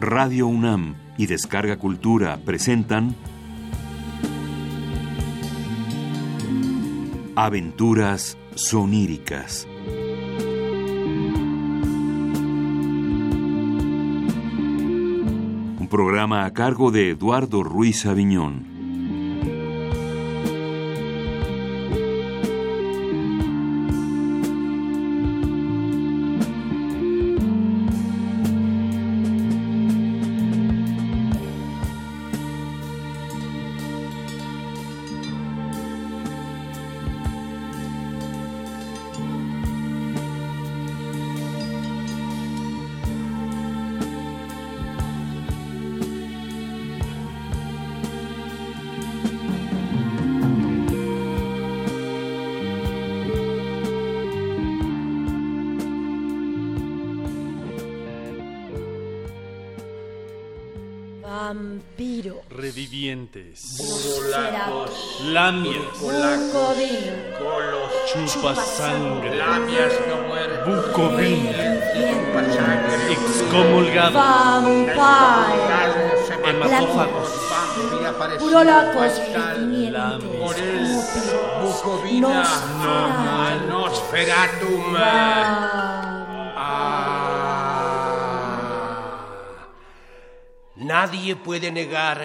Radio UNAM y Descarga Cultura presentan Aventuras soníricas. Un programa a cargo de Eduardo Ruiz Aviñón. Vampiro, revivientes, burulacos, lamias, colos, chupasangre, lamias no muertas, bucovina, chupasangre, excomulgados, vampire, hematófagos, burulacos, por el bucovina, Nosferatum. Nadie puede negar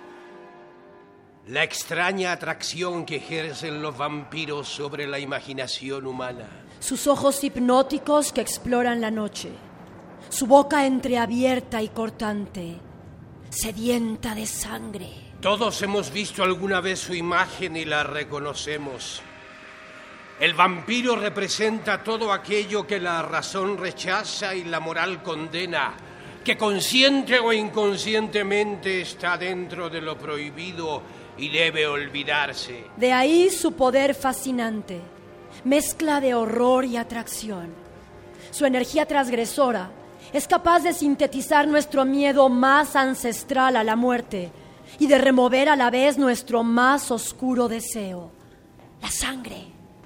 la extraña atracción que ejercen los vampiros sobre la imaginación humana. Sus ojos hipnóticos que exploran la noche, su boca entreabierta y cortante, sedienta de sangre. Todos hemos visto alguna vez su imagen y la reconocemos. El vampiro representa todo aquello que la razón rechaza y la moral condena, que consciente o inconscientemente está dentro de lo prohibido y debe olvidarse. De ahí su poder fascinante, mezcla de horror y atracción. Su energía transgresora es capaz de sintetizar nuestro miedo más ancestral a la muerte y de remover a la vez nuestro más oscuro deseo, la sangre.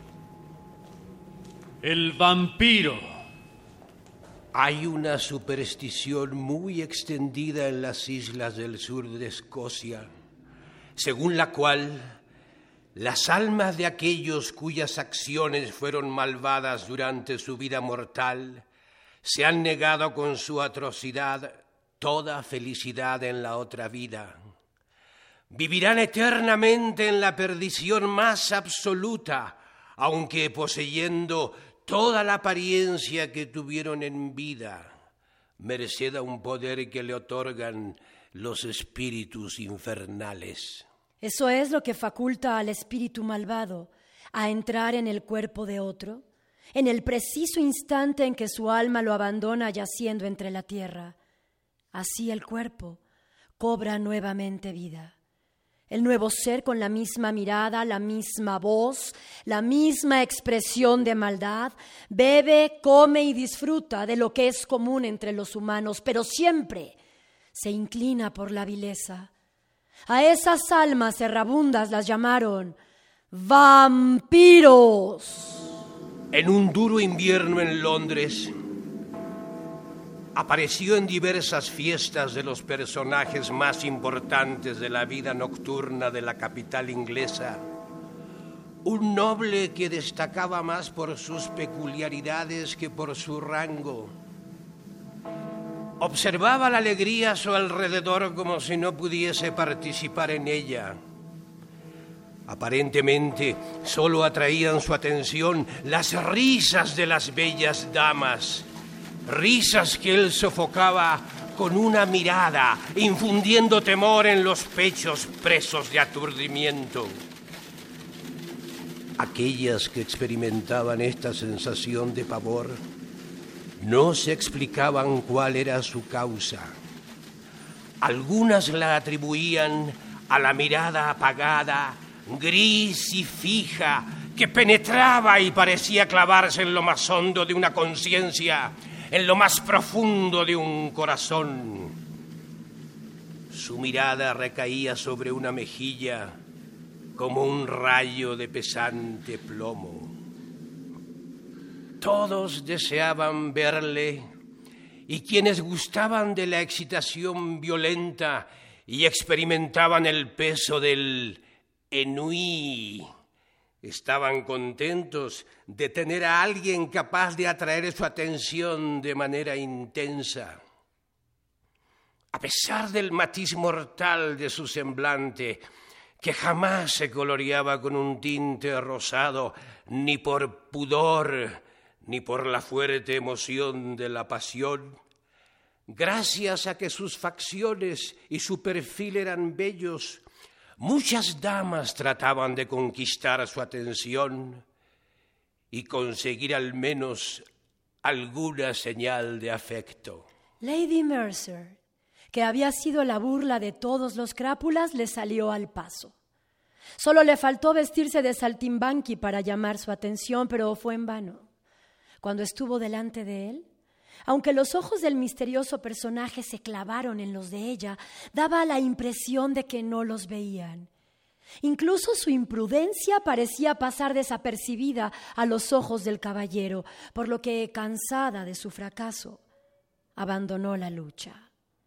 El vampiro. Hay una superstición muy extendida en las islas del sur de Escocia, según la cual las almas de aquellos cuyas acciones fueron malvadas durante su vida mortal se han negado con su atrocidad toda felicidad en la otra vida. Vivirán eternamente en la perdición más absoluta, aunque poseyendo toda la apariencia que tuvieron en vida, merced a un poder que le otorgan los espíritus infernales. ¿Eso es lo que faculta al espíritu malvado a entrar en el cuerpo de otro, en el preciso instante en que su alma lo abandona yaciendo entre la tierra? Así el cuerpo cobra nuevamente vida. El nuevo ser con la misma mirada, la misma voz, la misma expresión de maldad, bebe, come y disfruta de lo que es común entre los humanos, pero siempre se inclina por la vileza. A esas almas errabundas las llamaron vampiros. En un duro invierno en Londres, apareció en diversas fiestas de los personajes más importantes de la vida nocturna de la capital inglesa un noble que destacaba más por sus peculiaridades que por su rango. Observaba la alegría a su alrededor como si no pudiese participar en ella. Aparentemente, solo atraían su atención las risas de las bellas damas, risas que él sofocaba con una mirada, infundiendo temor en los pechos presos de aturdimiento. Aquellas que experimentaban esta sensación de pavor no se explicaban cuál era su causa. Algunas la atribuían a la mirada apagada, gris y fija, que penetraba y parecía clavarse en lo más hondo de una conciencia, en lo más profundo de un corazón. Su mirada recaía sobre una mejilla como un rayo de pesante plomo. Todos deseaban verle y quienes gustaban de la excitación violenta y experimentaban el peso del ennui, estaban contentos de tener a alguien capaz de atraer su atención de manera intensa. A pesar del matiz mortal de su semblante, que jamás se coloreaba con un tinte rosado, ni por pudor, ni por la fuerte emoción de la pasión, gracias a que sus facciones y su perfil eran bellos, muchas damas trataban de conquistar su atención y conseguir al menos alguna señal de afecto. Lady Mercer, que había sido la burla de todos los crápulas, le salió al paso. Solo le faltó vestirse de saltimbanqui para llamar su atención, pero fue en vano. Cuando estuvo delante de él, aunque los ojos del misterioso personaje se clavaron en los de ella, daba la impresión de que no los veían. Incluso su imprudencia parecía pasar desapercibida a los ojos del caballero, por lo que, cansada de su fracaso, abandonó la lucha.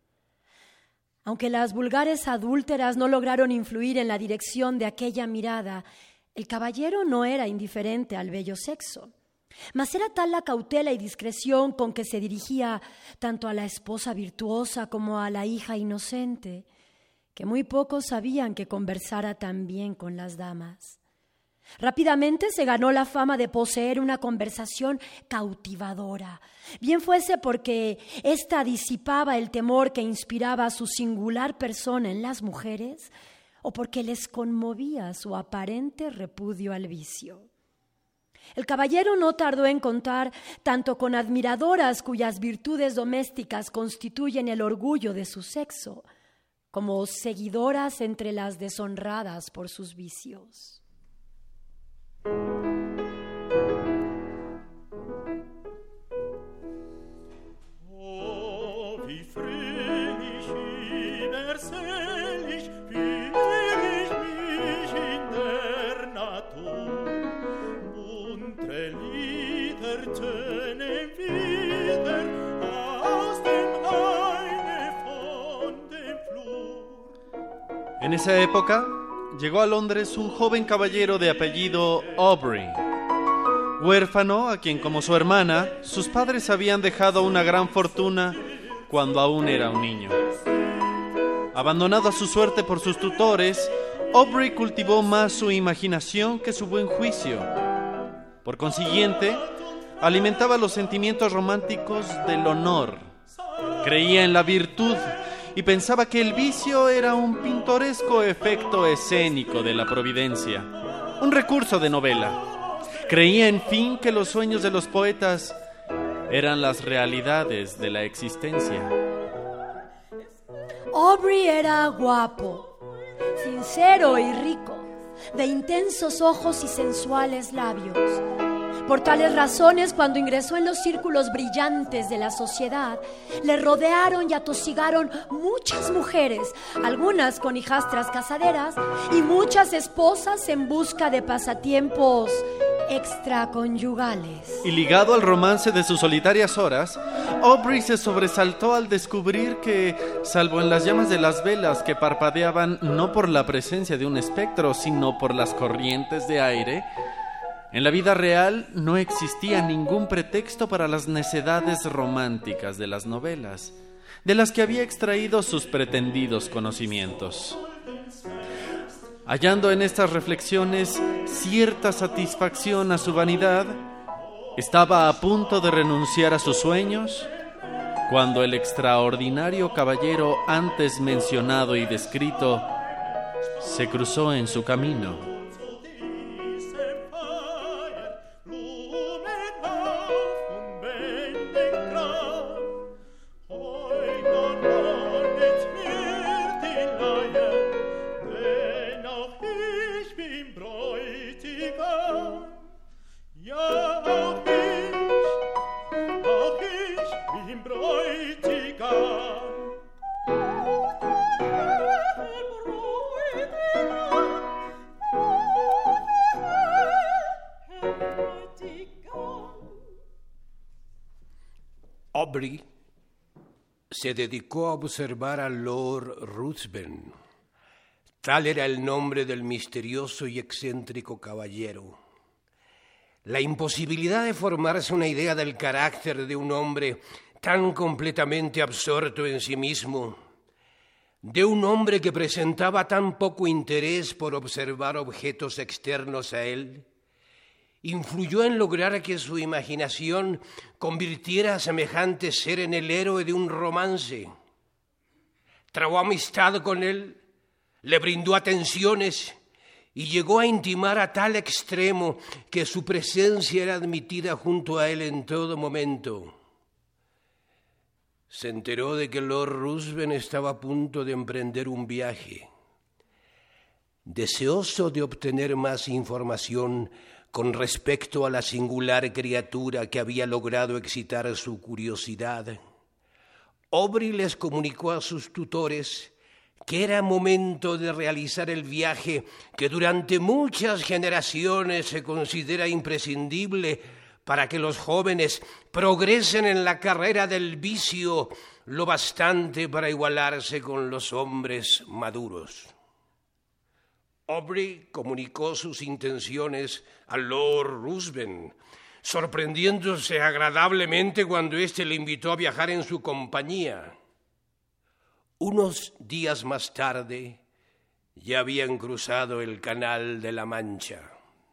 Aunque las vulgares adúlteras no lograron influir en la dirección de aquella mirada, el caballero no era indiferente al bello sexo. Mas era tal la cautela y discreción con que se dirigía tanto a la esposa virtuosa como a la hija inocente, que muy pocos sabían que conversara tan bien con las damas. Rápidamente se ganó la fama de poseer una conversación cautivadora, bien fuese porque ésta disipaba el temor que inspiraba su singular persona en las mujeres, o porque les conmovía su aparente repudio al vicio. El caballero no tardó en contar tanto con admiradoras cuyas virtudes domésticas constituyen el orgullo de su sexo, como seguidoras entre las deshonradas por sus vicios. En esa época llegó a Londres un joven caballero de apellido Aubrey, huérfano a quien, como su hermana, sus padres habían dejado una gran fortuna cuando aún era un niño. Abandonado a su suerte por sus tutores, Aubrey cultivó más su imaginación que su buen juicio. Por consiguiente, alimentaba los sentimientos románticos del honor, creía en la virtud y pensaba que el vicio era un pintoresco efecto escénico de la providencia, un recurso de novela. Creía, en fin, que los sueños de los poetas eran las realidades de la existencia. Aubrey era guapo, sincero y rico, de intensos ojos y sensuales labios. Por tales razones, cuando ingresó en los círculos brillantes de la sociedad, le rodearon y atosigaron muchas mujeres, algunas con hijastras casaderas y muchas esposas en busca de pasatiempos extraconyugales. Y ligado al romance de sus solitarias horas, Aubrey se sobresaltó al descubrir que, salvo en las llamas de las velas que parpadeaban no por la presencia de un espectro, sino por las corrientes de aire, en la vida real no existía ningún pretexto para las necedades románticas de las novelas, de las que había extraído sus pretendidos conocimientos. Hallando en estas reflexiones cierta satisfacción a su vanidad, estaba a punto de renunciar a sus sueños, cuando el extraordinario caballero antes mencionado y descrito se cruzó en su camino. Aubrey se dedicó a observar a Lord Ruthven. Tal era el nombre del misterioso y excéntrico caballero. La imposibilidad de formarse una idea del carácter de un hombre tan completamente absorto en sí mismo, de un hombre que presentaba tan poco interés por observar objetos externos a él, influyó en lograr que su imaginación convirtiera a semejante ser en el héroe de un romance. Trabó amistad con él, le brindó atenciones y llegó a intimar a tal extremo que su presencia era admitida junto a él en todo momento. Se enteró de que Lord Ruthven estaba a punto de emprender un viaje. Deseoso de obtener más información con respecto a la singular criatura que había logrado excitar su curiosidad, Aubrey les comunicó a sus tutores que era momento de realizar el viaje que durante muchas generaciones se considera imprescindible para que los jóvenes progresen en la carrera del vicio lo bastante para igualarse con los hombres maduros. Aubrey comunicó sus intenciones a Lord Ruthven, sorprendiéndose agradablemente cuando éste le invitó a viajar en su compañía. Unos días más tarde ya habían cruzado el Canal de la Mancha.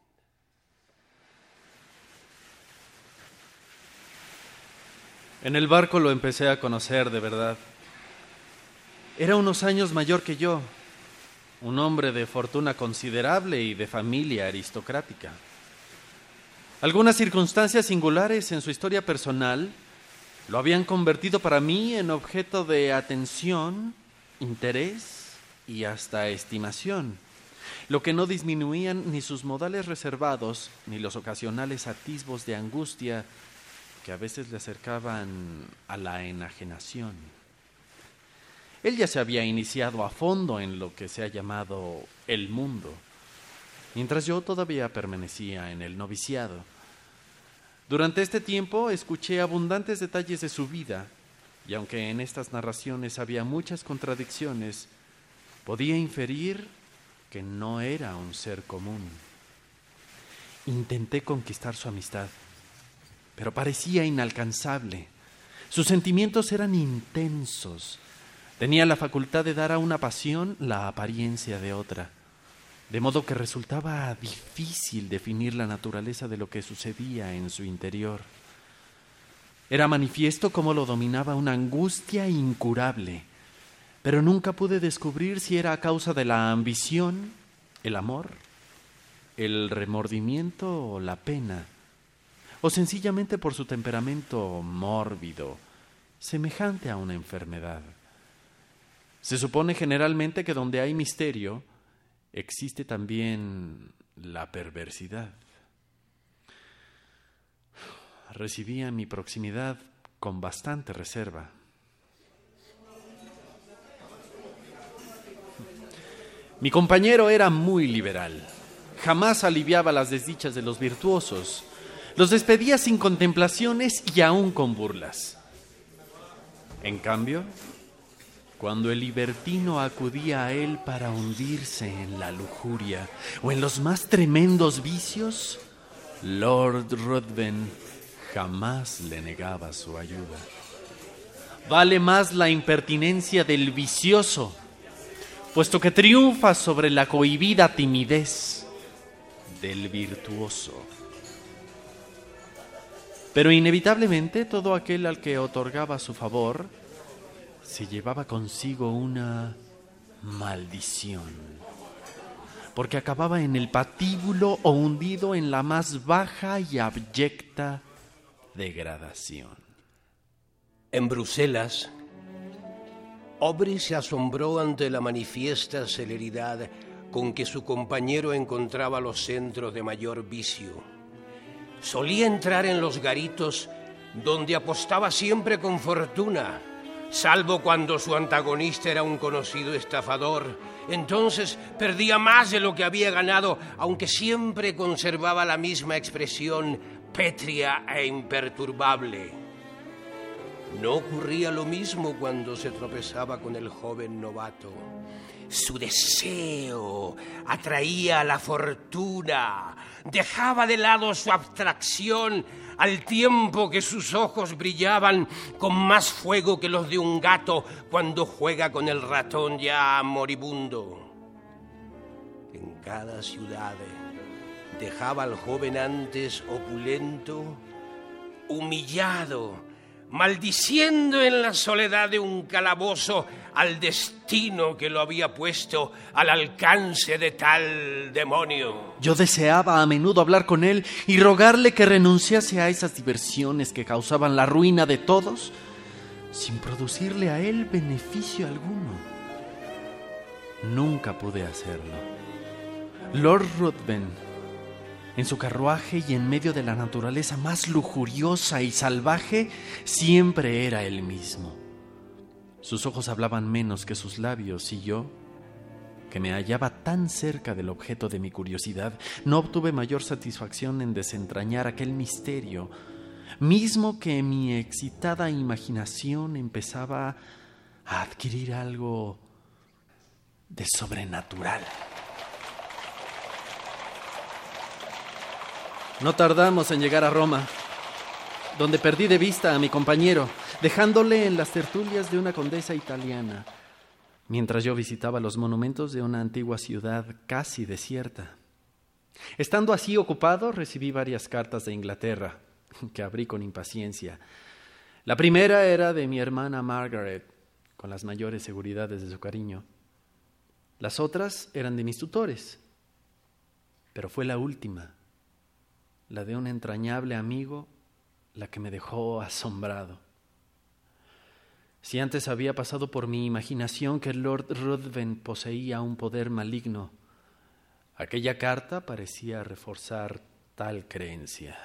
En el barco lo empecé a conocer de verdad. Era unos años mayor que yo, un hombre de fortuna considerable y de familia aristocrática. Algunas circunstancias singulares en su historia personal lo habían convertido para mí en objeto de atención, interés y hasta estimación, lo que no disminuían ni sus modales reservados ni los ocasionales atisbos de angustia que a veces le acercaban a la enajenación. Él ya se había iniciado a fondo en lo que se ha llamado el mundo, mientras yo todavía permanecía en el noviciado. Durante este tiempo escuché abundantes detalles de su vida, y aunque en estas narraciones había muchas contradicciones, podía inferir que no era un ser común. Intenté conquistar su amistad, pero parecía inalcanzable. Sus sentimientos eran intensos. Tenía la facultad de dar a una pasión la apariencia de otra, de modo que resultaba difícil definir la naturaleza de lo que sucedía en su interior. Era manifiesto cómo lo dominaba una angustia incurable, pero nunca pude descubrir si era a causa de la ambición, el amor, el remordimiento o la pena, o sencillamente por su temperamento mórbido, semejante a una enfermedad. Se supone generalmente que donde hay misterio, existe también la perversidad. Recibía mi proximidad con bastante reserva. Mi compañero era muy liberal. Jamás aliviaba las desdichas de los virtuosos. Los despedía sin contemplaciones y aún con burlas. En cambio, cuando el libertino acudía a él para hundirse en la lujuria o en los más tremendos vicios, Lord Ruthven jamás le negaba su ayuda. Vale más la impertinencia del vicioso, puesto que triunfa sobre la cohibida timidez del virtuoso. Pero inevitablemente todo aquel al que otorgaba su favor se llevaba consigo una maldición, porque acababa en el patíbulo o hundido en la más baja y abyecta degradación. En Bruselas, Aubrey se asombró ante la manifiesta celeridad con que su compañero encontraba los centros de mayor vicio. Solía entrar en los garitos donde apostaba siempre con fortuna, salvo cuando su antagonista era un conocido estafador. Entonces perdía más de lo que había ganado, aunque siempre conservaba la misma expresión pétrea e imperturbable. No ocurría lo mismo cuando se tropezaba con el joven novato. Su deseo atraía a la fortuna, dejaba de lado su abstracción al tiempo que sus ojos brillaban con más fuego que los de un gato cuando juega con el ratón ya moribundo. En cada ciudad dejaba al joven antes opulento, humillado, maldiciendo en la soledad de un calabozo al destino que lo había puesto al alcance de tal demonio. Yo deseaba a menudo hablar con él y rogarle que renunciase a esas diversiones que causaban la ruina de todos, sin producirle a él beneficio alguno. Nunca pude hacerlo. Lord Ruthven, en su carruaje y en medio de la naturaleza más lujuriosa y salvaje, siempre era el mismo. Sus ojos hablaban menos que sus labios, y yo, que me hallaba tan cerca del objeto de mi curiosidad, no obtuve mayor satisfacción en desentrañar aquel misterio, mismo que mi excitada imaginación empezaba a adquirir algo de sobrenatural. No tardamos en llegar a Roma, donde perdí de vista a mi compañero, dejándole en las tertulias de una condesa italiana, mientras yo visitaba los monumentos de una antigua ciudad casi desierta. Estando así ocupado, recibí varias cartas de Inglaterra, que abrí con impaciencia. La primera era de mi hermana Margaret, con las mayores seguridades de su cariño. Las otras eran de mis tutores, pero fue la última, la de un entrañable amigo, la que me dejó asombrado. Si antes había pasado por mi imaginación que Lord Ruthven poseía un poder maligno, aquella carta parecía reforzar tal creencia.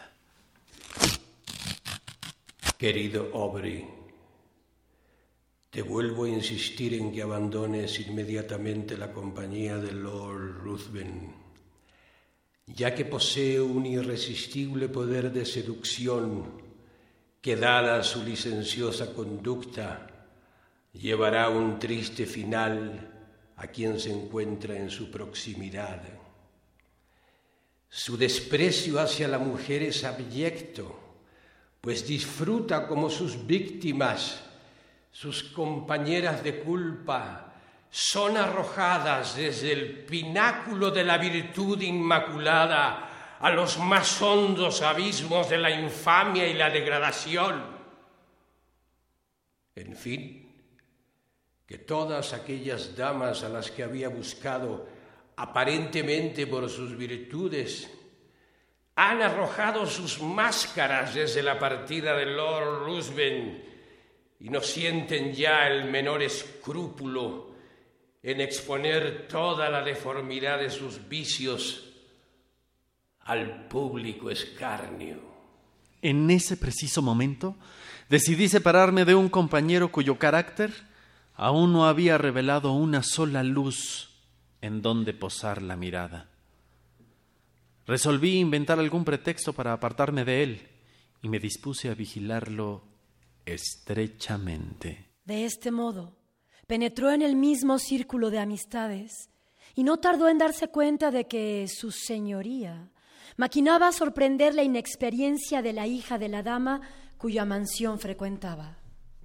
Querido Aubrey, te vuelvo a insistir en que abandones inmediatamente la compañía de Lord Ruthven, ya que posee un irresistible poder de seducción que, dada su licenciosa conducta, llevará un triste final a quien se encuentra en su proximidad. Su desprecio hacia la mujer es abyecto, pues disfruta como sus víctimas, sus compañeras de culpa, son arrojadas desde el pináculo de la virtud inmaculada a los más hondos abismos de la infamia y la degradación. En fin, que todas aquellas damas a las que había buscado aparentemente por sus virtudes han arrojado sus máscaras desde la partida de Lord Ruthven y no sienten ya el menor escrúpulo en exponer toda la deformidad de sus vicios al público escarnio. En ese preciso momento decidí separarme de un compañero cuyo carácter aún no había revelado una sola luz en donde posar la mirada. Resolví inventar algún pretexto para apartarme de él y me dispuse a vigilarlo estrechamente. De este modo, penetró en el mismo círculo de amistades y no tardó en darse cuenta de que su señoría maquinaba sorprender la inexperiencia de la hija de la dama cuya mansión frecuentaba.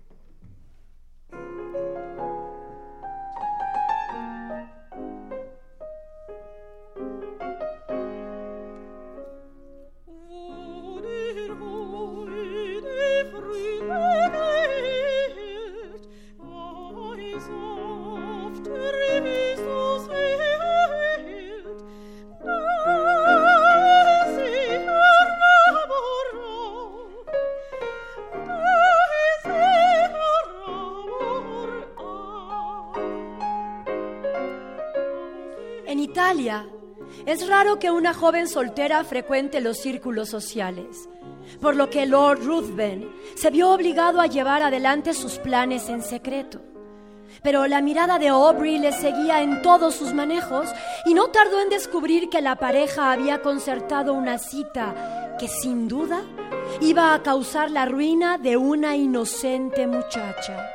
En Italia, es raro que una joven soltera frecuente los círculos sociales, por lo que Lord Ruthven se vio obligado a llevar adelante sus planes en secreto. Pero la mirada de Aubrey le seguía en todos sus manejos y no tardó en descubrir que la pareja había concertado una cita que, sin duda, iba a causar la ruina de una inocente muchacha.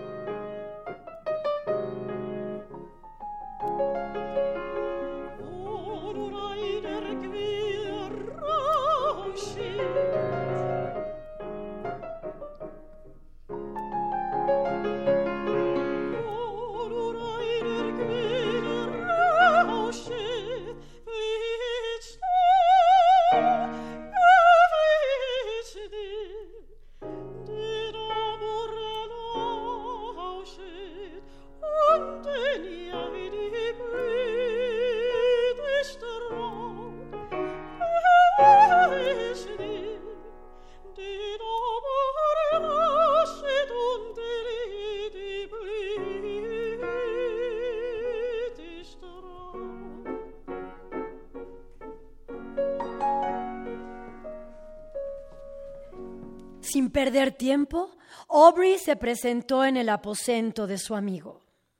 Sin perder tiempo, Aubrey se presentó en el aposento de su amigo.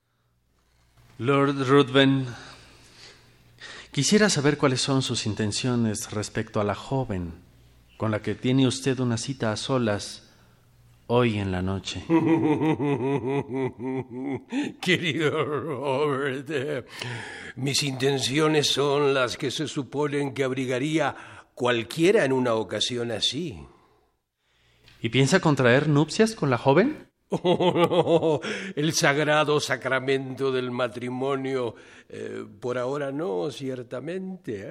Lord Ruthven, quisiera saber cuáles son sus intenciones respecto a la joven con la que tiene usted una cita a solas hoy en la noche. Querido Robert, mis intenciones son las que se suponen que abrigaría cualquiera en una ocasión así. ¿Y piensa contraer nupcias con la joven? El sagrado sacramento del matrimonio, por ahora no, ciertamente.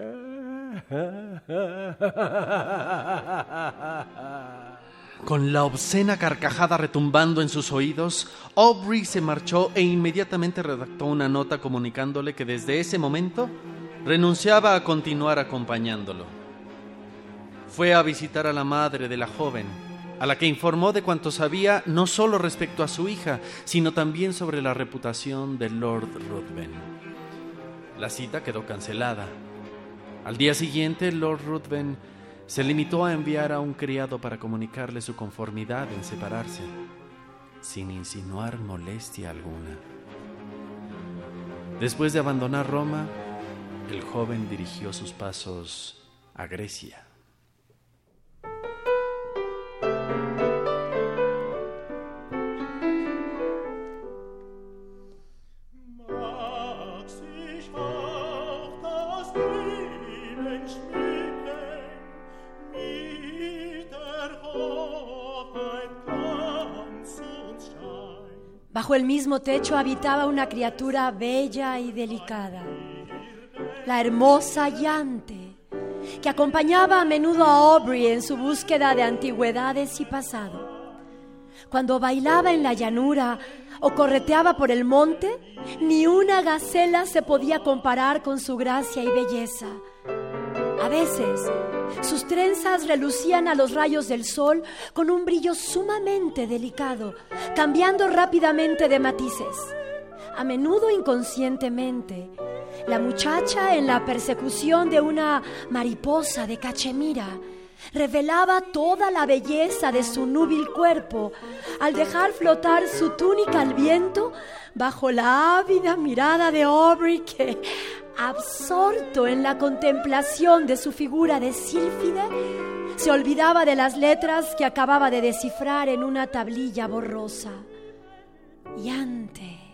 Con la obscena carcajada retumbando en sus oídos, Aubrey se marchó e inmediatamente redactó una nota comunicándole que desde ese momento renunciaba a continuar acompañándolo. Fue a visitar a la madre de la joven, a la que informó de cuanto sabía no solo respecto a su hija, sino también sobre la reputación de Lord Ruthven. La cita quedó cancelada. Al día siguiente, Lord Ruthven se limitó a enviar a un criado para comunicarle su conformidad en separarse, sin insinuar molestia alguna. Después de abandonar Roma, el joven dirigió sus pasos a Grecia. Bajo el mismo techo habitaba una criatura bella y delicada, la hermosa Yante, que acompañaba a menudo a Aubrey en su búsqueda de antigüedades y pasado. Cuando bailaba en la llanura o correteaba por el monte, ni una gacela se podía comparar con su gracia y belleza. A veces, sus trenzas relucían a los rayos del sol con un brillo sumamente delicado, cambiando rápidamente de matices. A menudo inconscientemente, la muchacha, en la persecución de una mariposa de cachemira, revelaba toda la belleza de su núbil cuerpo al dejar flotar su túnica al viento bajo la ávida mirada de Aubrey, que, absorto en la contemplación de su figura de sílfide, se olvidaba de las letras que acababa de descifrar en una tablilla borrosa. Yante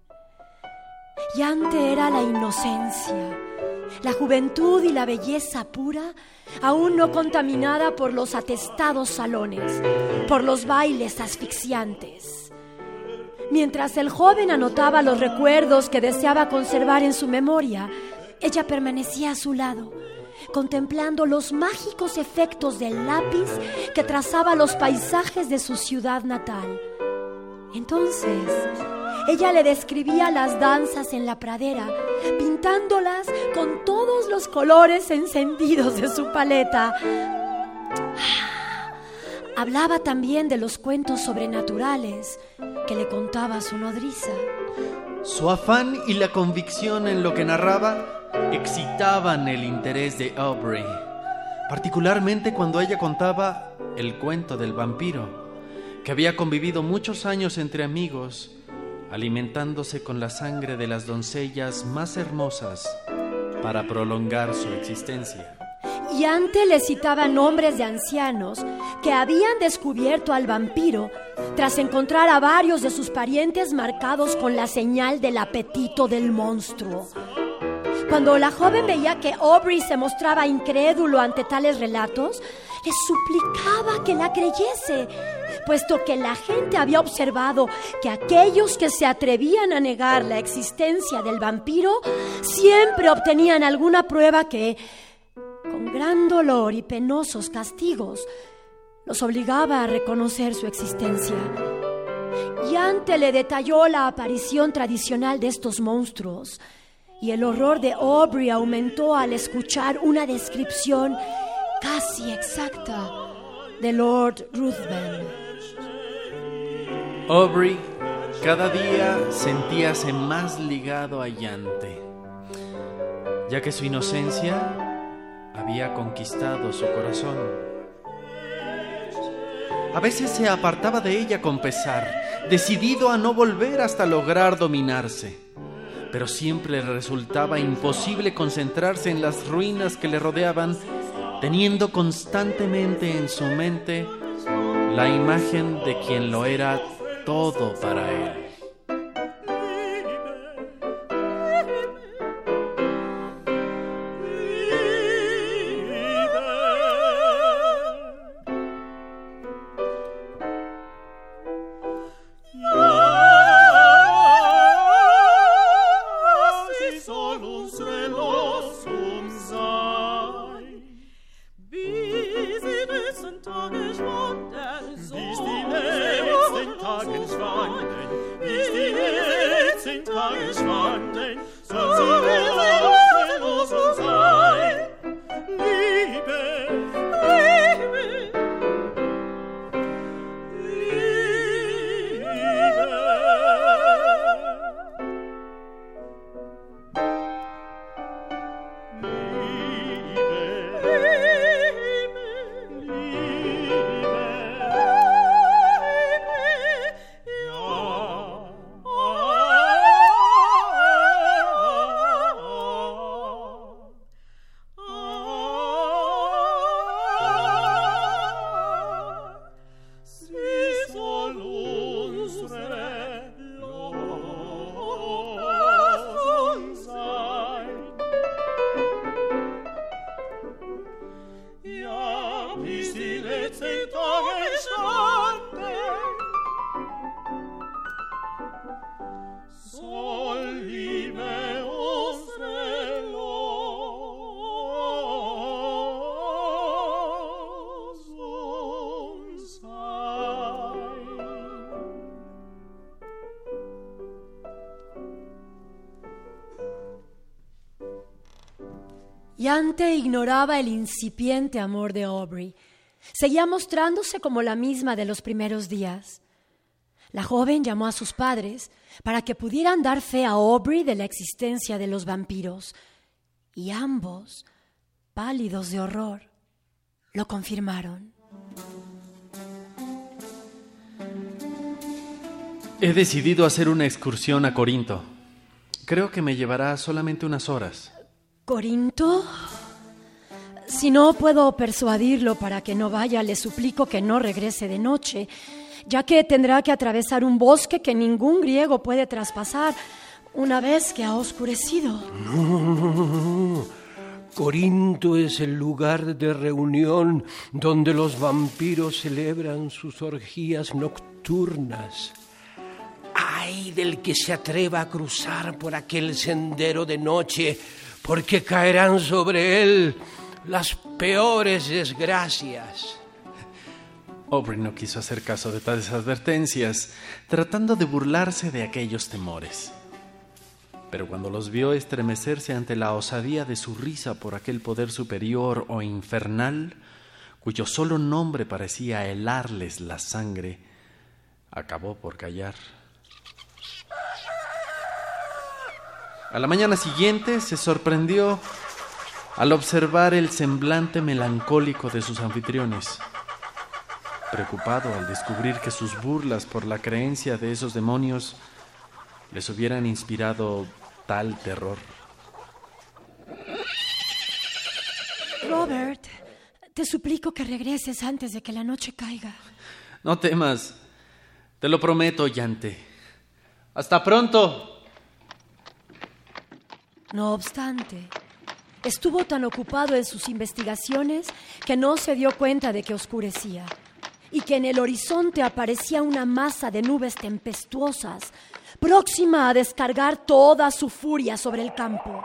era la inocencia, la juventud y la belleza pura, aún no contaminada por los atestados salones, por los bailes asfixiantes. Mientras el joven anotaba los recuerdos que deseaba conservar en su memoria, ella permanecía a su lado, contemplando los mágicos efectos del lápiz que trazaba los paisajes de su ciudad natal. Entonces, ella le describía las danzas en la pradera, pintándolas con todos los colores encendidos de su paleta. Hablaba también de los cuentos sobrenaturales que le contaba su nodriza. Su afán y la convicción en lo que narraba excitaban el interés de Aubrey, particularmente cuando ella contaba el cuento del vampiro, que había convivido muchos años entre amigos, alimentándose con la sangre de las doncellas más hermosas para prolongar su existencia. Y antes le citaba nombres de ancianos que habían descubierto al vampiro tras encontrar a varios de sus parientes marcados con la señal del apetito del monstruo. Cuando la joven veía que Aubrey se mostraba incrédulo ante tales relatos, le suplicaba que la creyese, puesto que la gente había observado que aquellos que se atrevían a negar la existencia del vampiro siempre obtenían alguna prueba que, con gran dolor y penosos castigos, los obligaba a reconocer su existencia. Y antes le detalló la aparición tradicional de estos monstruos, y el horror de Aubrey aumentó al escuchar una descripción casi exacta de Lord Ruthven. Aubrey cada día sentíase más ligado a Yante, ya que su inocencia había conquistado su corazón. A veces se apartaba de ella con pesar, decidido a no volver hasta lograr dominarse. Pero siempre le resultaba imposible concentrarse en las ruinas que le rodeaban, teniendo constantemente en su mente la imagen de quien lo era todo para él. Yante ignoraba el incipiente amor de Aubrey. Seguía mostrándose como la misma de los primeros días. La joven llamó a sus padres para que pudieran dar fe a Aubrey de la existencia de los vampiros, y ambos, pálidos de horror, lo confirmaron. He decidido hacer una excursión a Corinto. Creo que me llevará solamente unas horas. ¿Corinto? Si no puedo persuadirlo para que no vaya, le suplico que no regrese de noche, ya que tendrá que atravesar un bosque que ningún griego puede traspasar una vez que ha oscurecido. No. Corinto es el lugar de reunión donde los vampiros celebran sus orgías nocturnas. Ay del que se atreva a cruzar por aquel sendero de noche, porque caerán sobre él las peores desgracias. Aubrey no quiso hacer caso de tales advertencias, tratando de burlarse de aquellos temores. Pero cuando los vio estremecerse ante la osadía de su risa por aquel poder superior o infernal, cuyo solo nombre parecía helarles la sangre, acabó por callar. A la mañana siguiente se sorprendió al observar el semblante melancólico de sus anfitriones, preocupado al descubrir que sus burlas por la creencia de esos demonios les hubieran inspirado tal terror. Robert, te suplico que regreses antes de que la noche caiga. No temas. Te lo prometo, Yante. ¡Hasta pronto! No obstante, estuvo tan ocupado en sus investigaciones que no se dio cuenta de que oscurecía y que en el horizonte aparecía una masa de nubes tempestuosas, próxima a descargar toda su furia sobre el campo.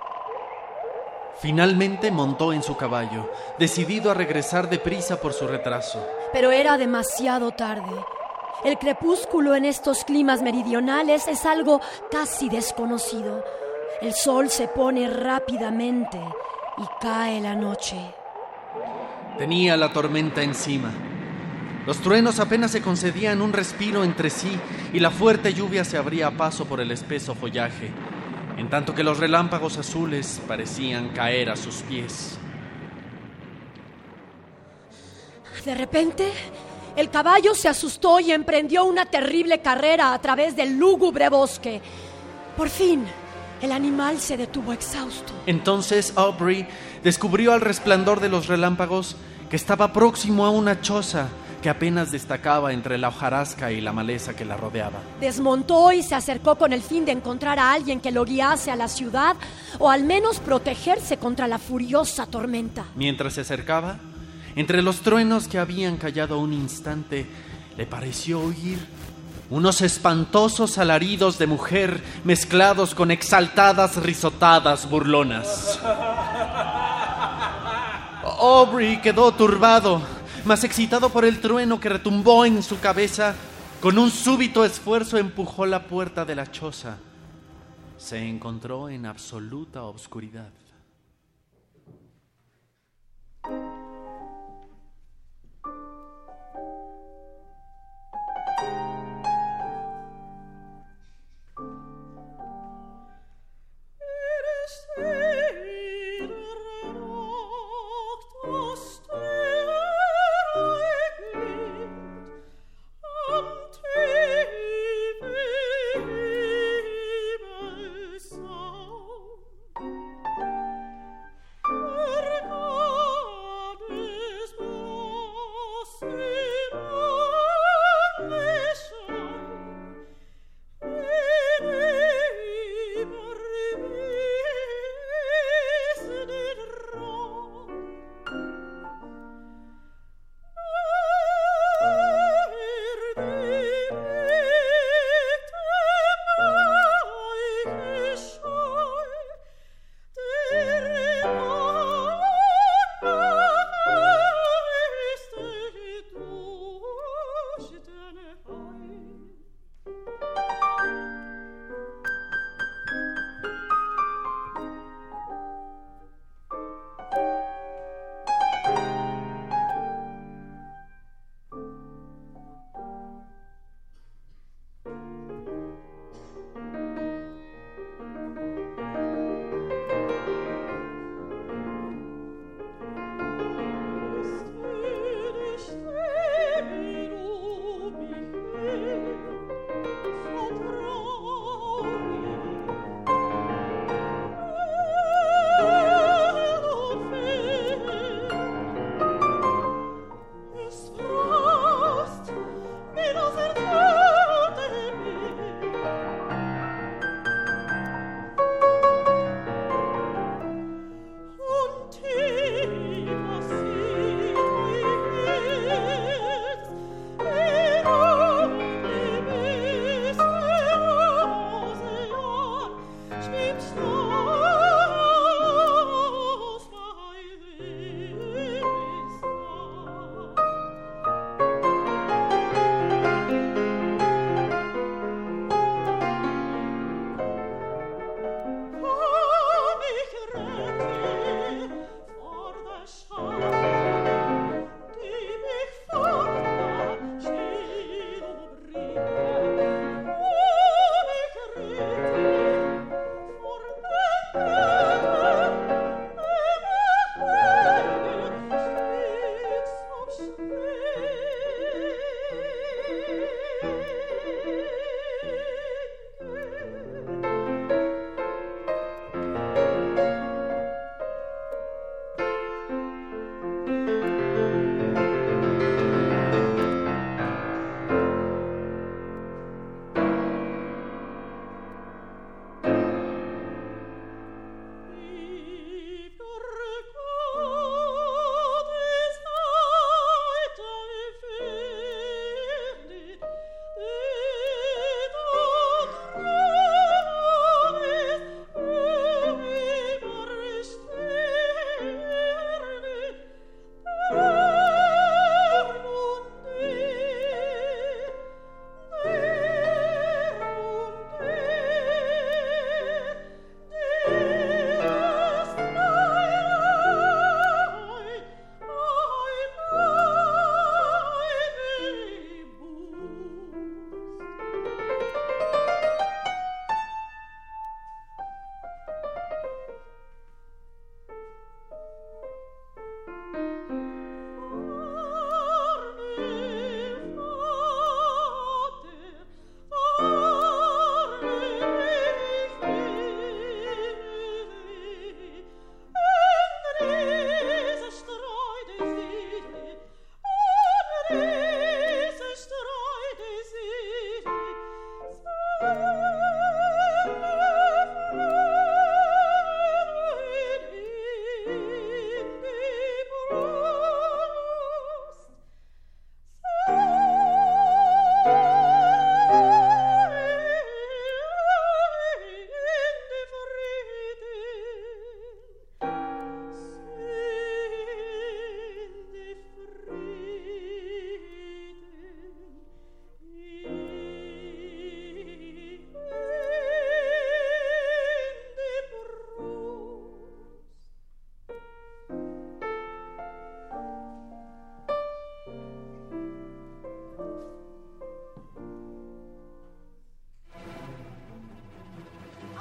Finalmente montó en su caballo, decidido a regresar deprisa por su retraso. Pero era demasiado tarde. El crepúsculo en estos climas meridionales es algo casi desconocido. El sol se pone rápidamente y cae la noche. Tenía la tormenta encima. Los truenos apenas se concedían un respiro entre sí y la fuerte lluvia se abría paso por el espeso follaje, en tanto que los relámpagos azules parecían caer a sus pies. De repente, el caballo se asustó y emprendió una terrible carrera a través del lúgubre bosque. Por fin, el animal se detuvo exhausto. Entonces Aubrey descubrió al resplandor de los relámpagos que estaba próximo a una choza que apenas destacaba entre la hojarasca y la maleza que la rodeaba. Desmontó y se acercó con el fin de encontrar a alguien que lo guiase a la ciudad o al menos protegerse contra la furiosa tormenta. Mientras se acercaba, entre los truenos que habían callado un instante, le pareció oír unos espantosos alaridos de mujer mezclados con exaltadas risotadas burlonas. Aubrey quedó turbado, mas excitado por el trueno que retumbó en su cabeza, con un súbito esfuerzo empujó la puerta de la choza. Se encontró en absoluta obscuridad.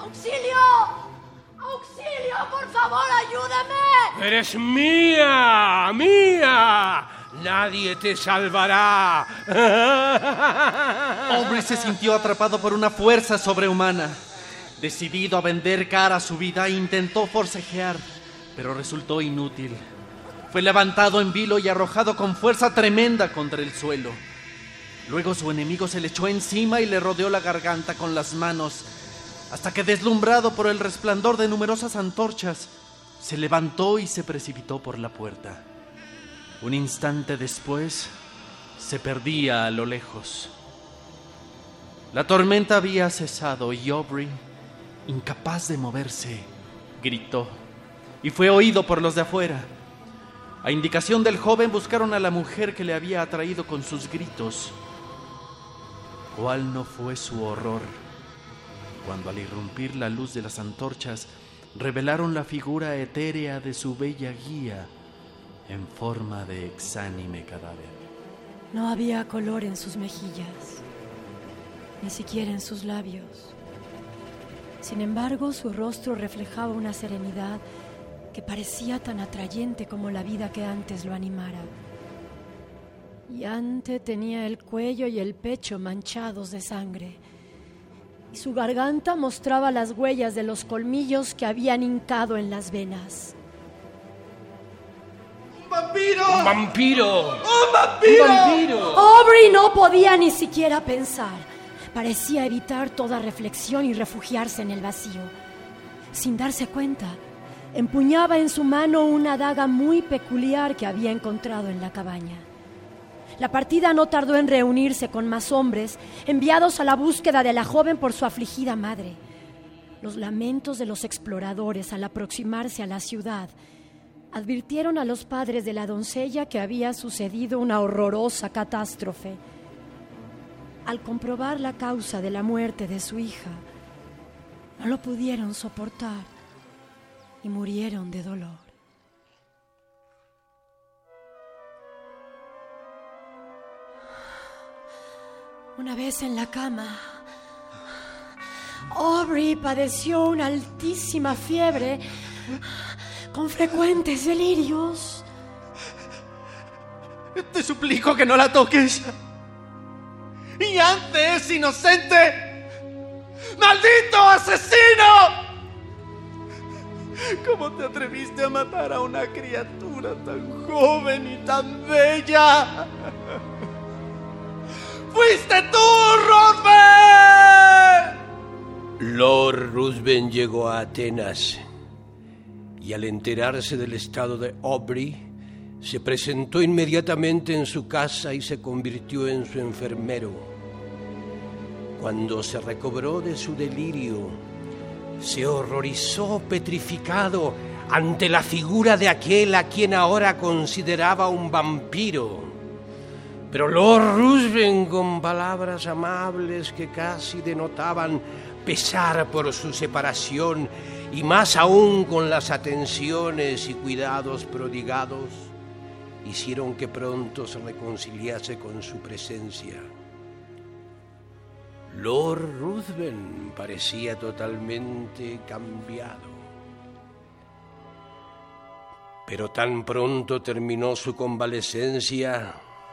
¡Auxilio! ¡Auxilio! ¡Por favor, ayúdame! ¡Eres mía! ¡Mía! ¡Nadie te salvará! Aubrey se sintió atrapado por una fuerza sobrehumana. Decidido a vender cara a su vida, intentó forcejear, pero resultó inútil. Fue levantado en vilo y arrojado con fuerza tremenda contra el suelo. Luego su enemigo se le echó encima y le rodeó la garganta con las manos, hasta que, deslumbrado por el resplandor de numerosas antorchas, se levantó y se precipitó por la puerta. Un instante después, se perdía a lo lejos. La tormenta había cesado y Aubrey, incapaz de moverse, gritó y fue oído por los de afuera. A indicación del joven buscaron a la mujer que le había atraído con sus gritos. ¿Cuál no fue su horror cuando, al irrumpir la luz de las antorchas, revelaron la figura etérea de su bella guía en forma de exánime cadáver? No había color en sus mejillas, ni siquiera en sus labios. Sin embargo, su rostro reflejaba una serenidad que parecía tan atrayente como la vida que antes lo animara. Y antes tenía el cuello y el pecho manchados de sangre, y su garganta mostraba las huellas de los colmillos que habían hincado en las venas. ¡Un vampiro! ¡Un vampiro! ¡Un vampiro! ¡Un vampiro! Aubrey no podía ni siquiera pensar. Parecía evitar toda reflexión y refugiarse en el vacío. Sin darse cuenta, empuñaba en su mano una daga muy peculiar que había encontrado en la cabaña. La partida no tardó en reunirse con más hombres, enviados a la búsqueda de la joven por su afligida madre. Los lamentos de los exploradores al aproximarse a la ciudad advirtieron a los padres de la doncella que había sucedido una horrorosa catástrofe. Al comprobar la causa de la muerte de su hija, no lo pudieron soportar y murieron de dolor. Una vez en la cama, Aubrey padeció una altísima fiebre con frecuentes delirios. Te suplico que no la toques. Y antes es inocente. ¡Maldito asesino! ¿Cómo te atreviste a matar a una criatura tan joven y tan bella? ¡Fuiste tú, Ruthven! Lord Ruthven llegó a Atenas y, al enterarse del estado de Aubrey, se presentó inmediatamente en su casa y se convirtió en su enfermero. Cuando se recobró de su delirio, se horrorizó petrificado ante la figura de aquel a quien ahora consideraba un vampiro. Pero Lord Ruthven, con palabras amables que casi denotaban pesar por su separación, y más aún con las atenciones y cuidados prodigados, hicieron que pronto se reconciliase con su presencia. Lord Ruthven parecía totalmente cambiado. Pero tan pronto terminó su convalecencia,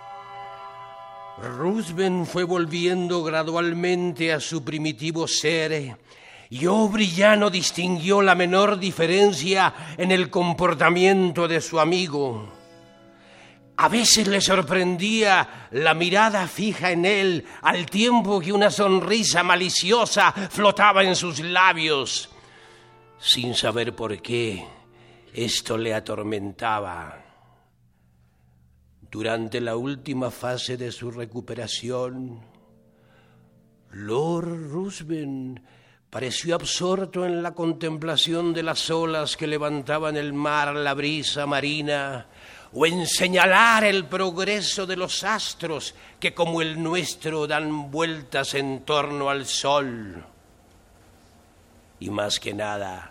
Ruthven fue volviendo gradualmente a su primitivo ser, y Aubrey ya no distinguió la menor diferencia en el comportamiento de su amigo. A veces le sorprendía la mirada fija en él, al tiempo que una sonrisa maliciosa flotaba en sus labios. Sin saber por qué, esto le atormentaba. Durante la última fase de su recuperación, Lord Ruthven pareció absorto en la contemplación de las olas que levantaban el mar, la brisa marina, o en señalar el progreso de los astros que, como el nuestro, dan vueltas en torno al sol. Y más que nada,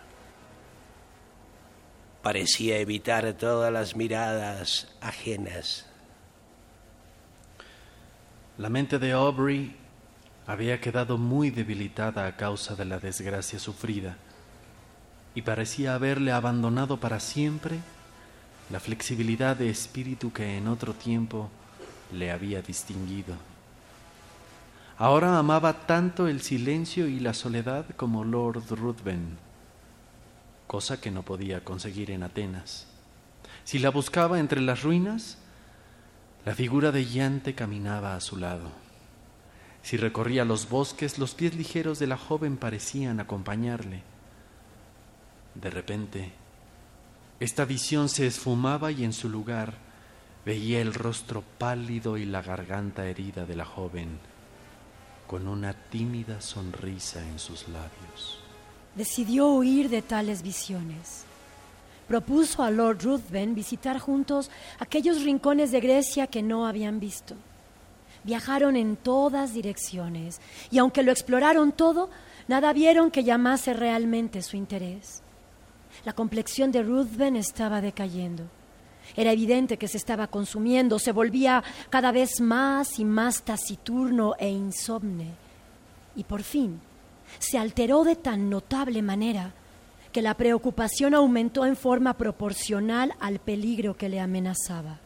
parecía evitar todas las miradas ajenas. La mente de Aubrey Había quedado muy debilitada a causa de la desgracia sufrida y parecía haberle abandonado para siempre la flexibilidad de espíritu que en otro tiempo le había distinguido. Ahora amaba tanto el silencio y la soledad como Lord Ruthven, cosa que no podía conseguir en Atenas. Si la buscaba entre las ruinas, la figura de Iante caminaba a su lado. Si recorría los bosques, los pies ligeros de la joven parecían acompañarle. De repente, esta visión se esfumaba y en su lugar veía el rostro pálido y la garganta herida de la joven, con una tímida sonrisa en sus labios. Decidió huir de tales visiones. Propuso a Lord Ruthven visitar juntos aquellos rincones de Grecia que no habían visto. Viajaron en todas direcciones y aunque lo exploraron todo, nada vieron que llamase realmente su interés. La complexión de Ruthven estaba decayendo. Era evidente que se estaba consumiendo, se volvía cada vez más y más taciturno e insomne. Y por fin se alteró de tan notable manera que la preocupación aumentó en forma proporcional al peligro que le amenazaba.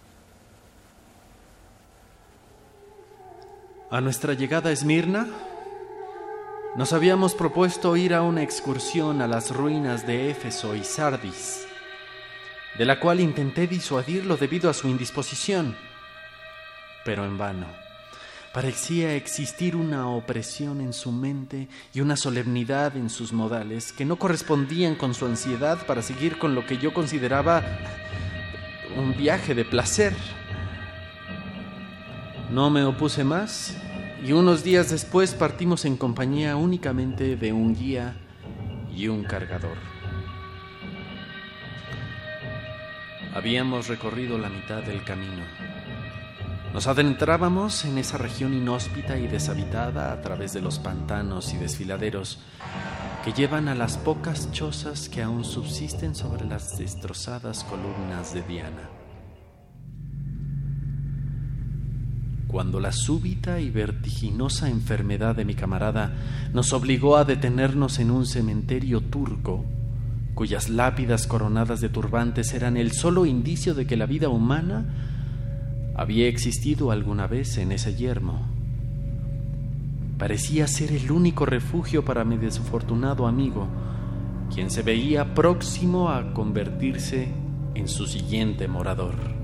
A nuestra llegada a Esmirna, nos habíamos propuesto ir a una excursión a las ruinas de Éfeso y Sardis, de la cual intenté disuadirlo debido a su indisposición, pero en vano. Parecía existir una opresión en su mente y una solemnidad en sus modales que no correspondían con su ansiedad para seguir con lo que yo consideraba un viaje de placer. No me opuse más y unos días después partimos en compañía únicamente de un guía y un cargador. Habíamos recorrido la mitad del camino. Nos adentrábamos en esa región inhóspita y deshabitada a través de los pantanos y desfiladeros que llevan a las pocas chozas que aún subsisten sobre las destrozadas columnas de Diana. Cuando la súbita y vertiginosa enfermedad de mi camarada nos obligó a detenernos en un cementerio turco, cuyas lápidas coronadas de turbantes eran el solo indicio de que la vida humana había existido alguna vez en ese yermo. Parecía ser el único refugio para mi desafortunado amigo, quien se veía próximo a convertirse en su siguiente morador.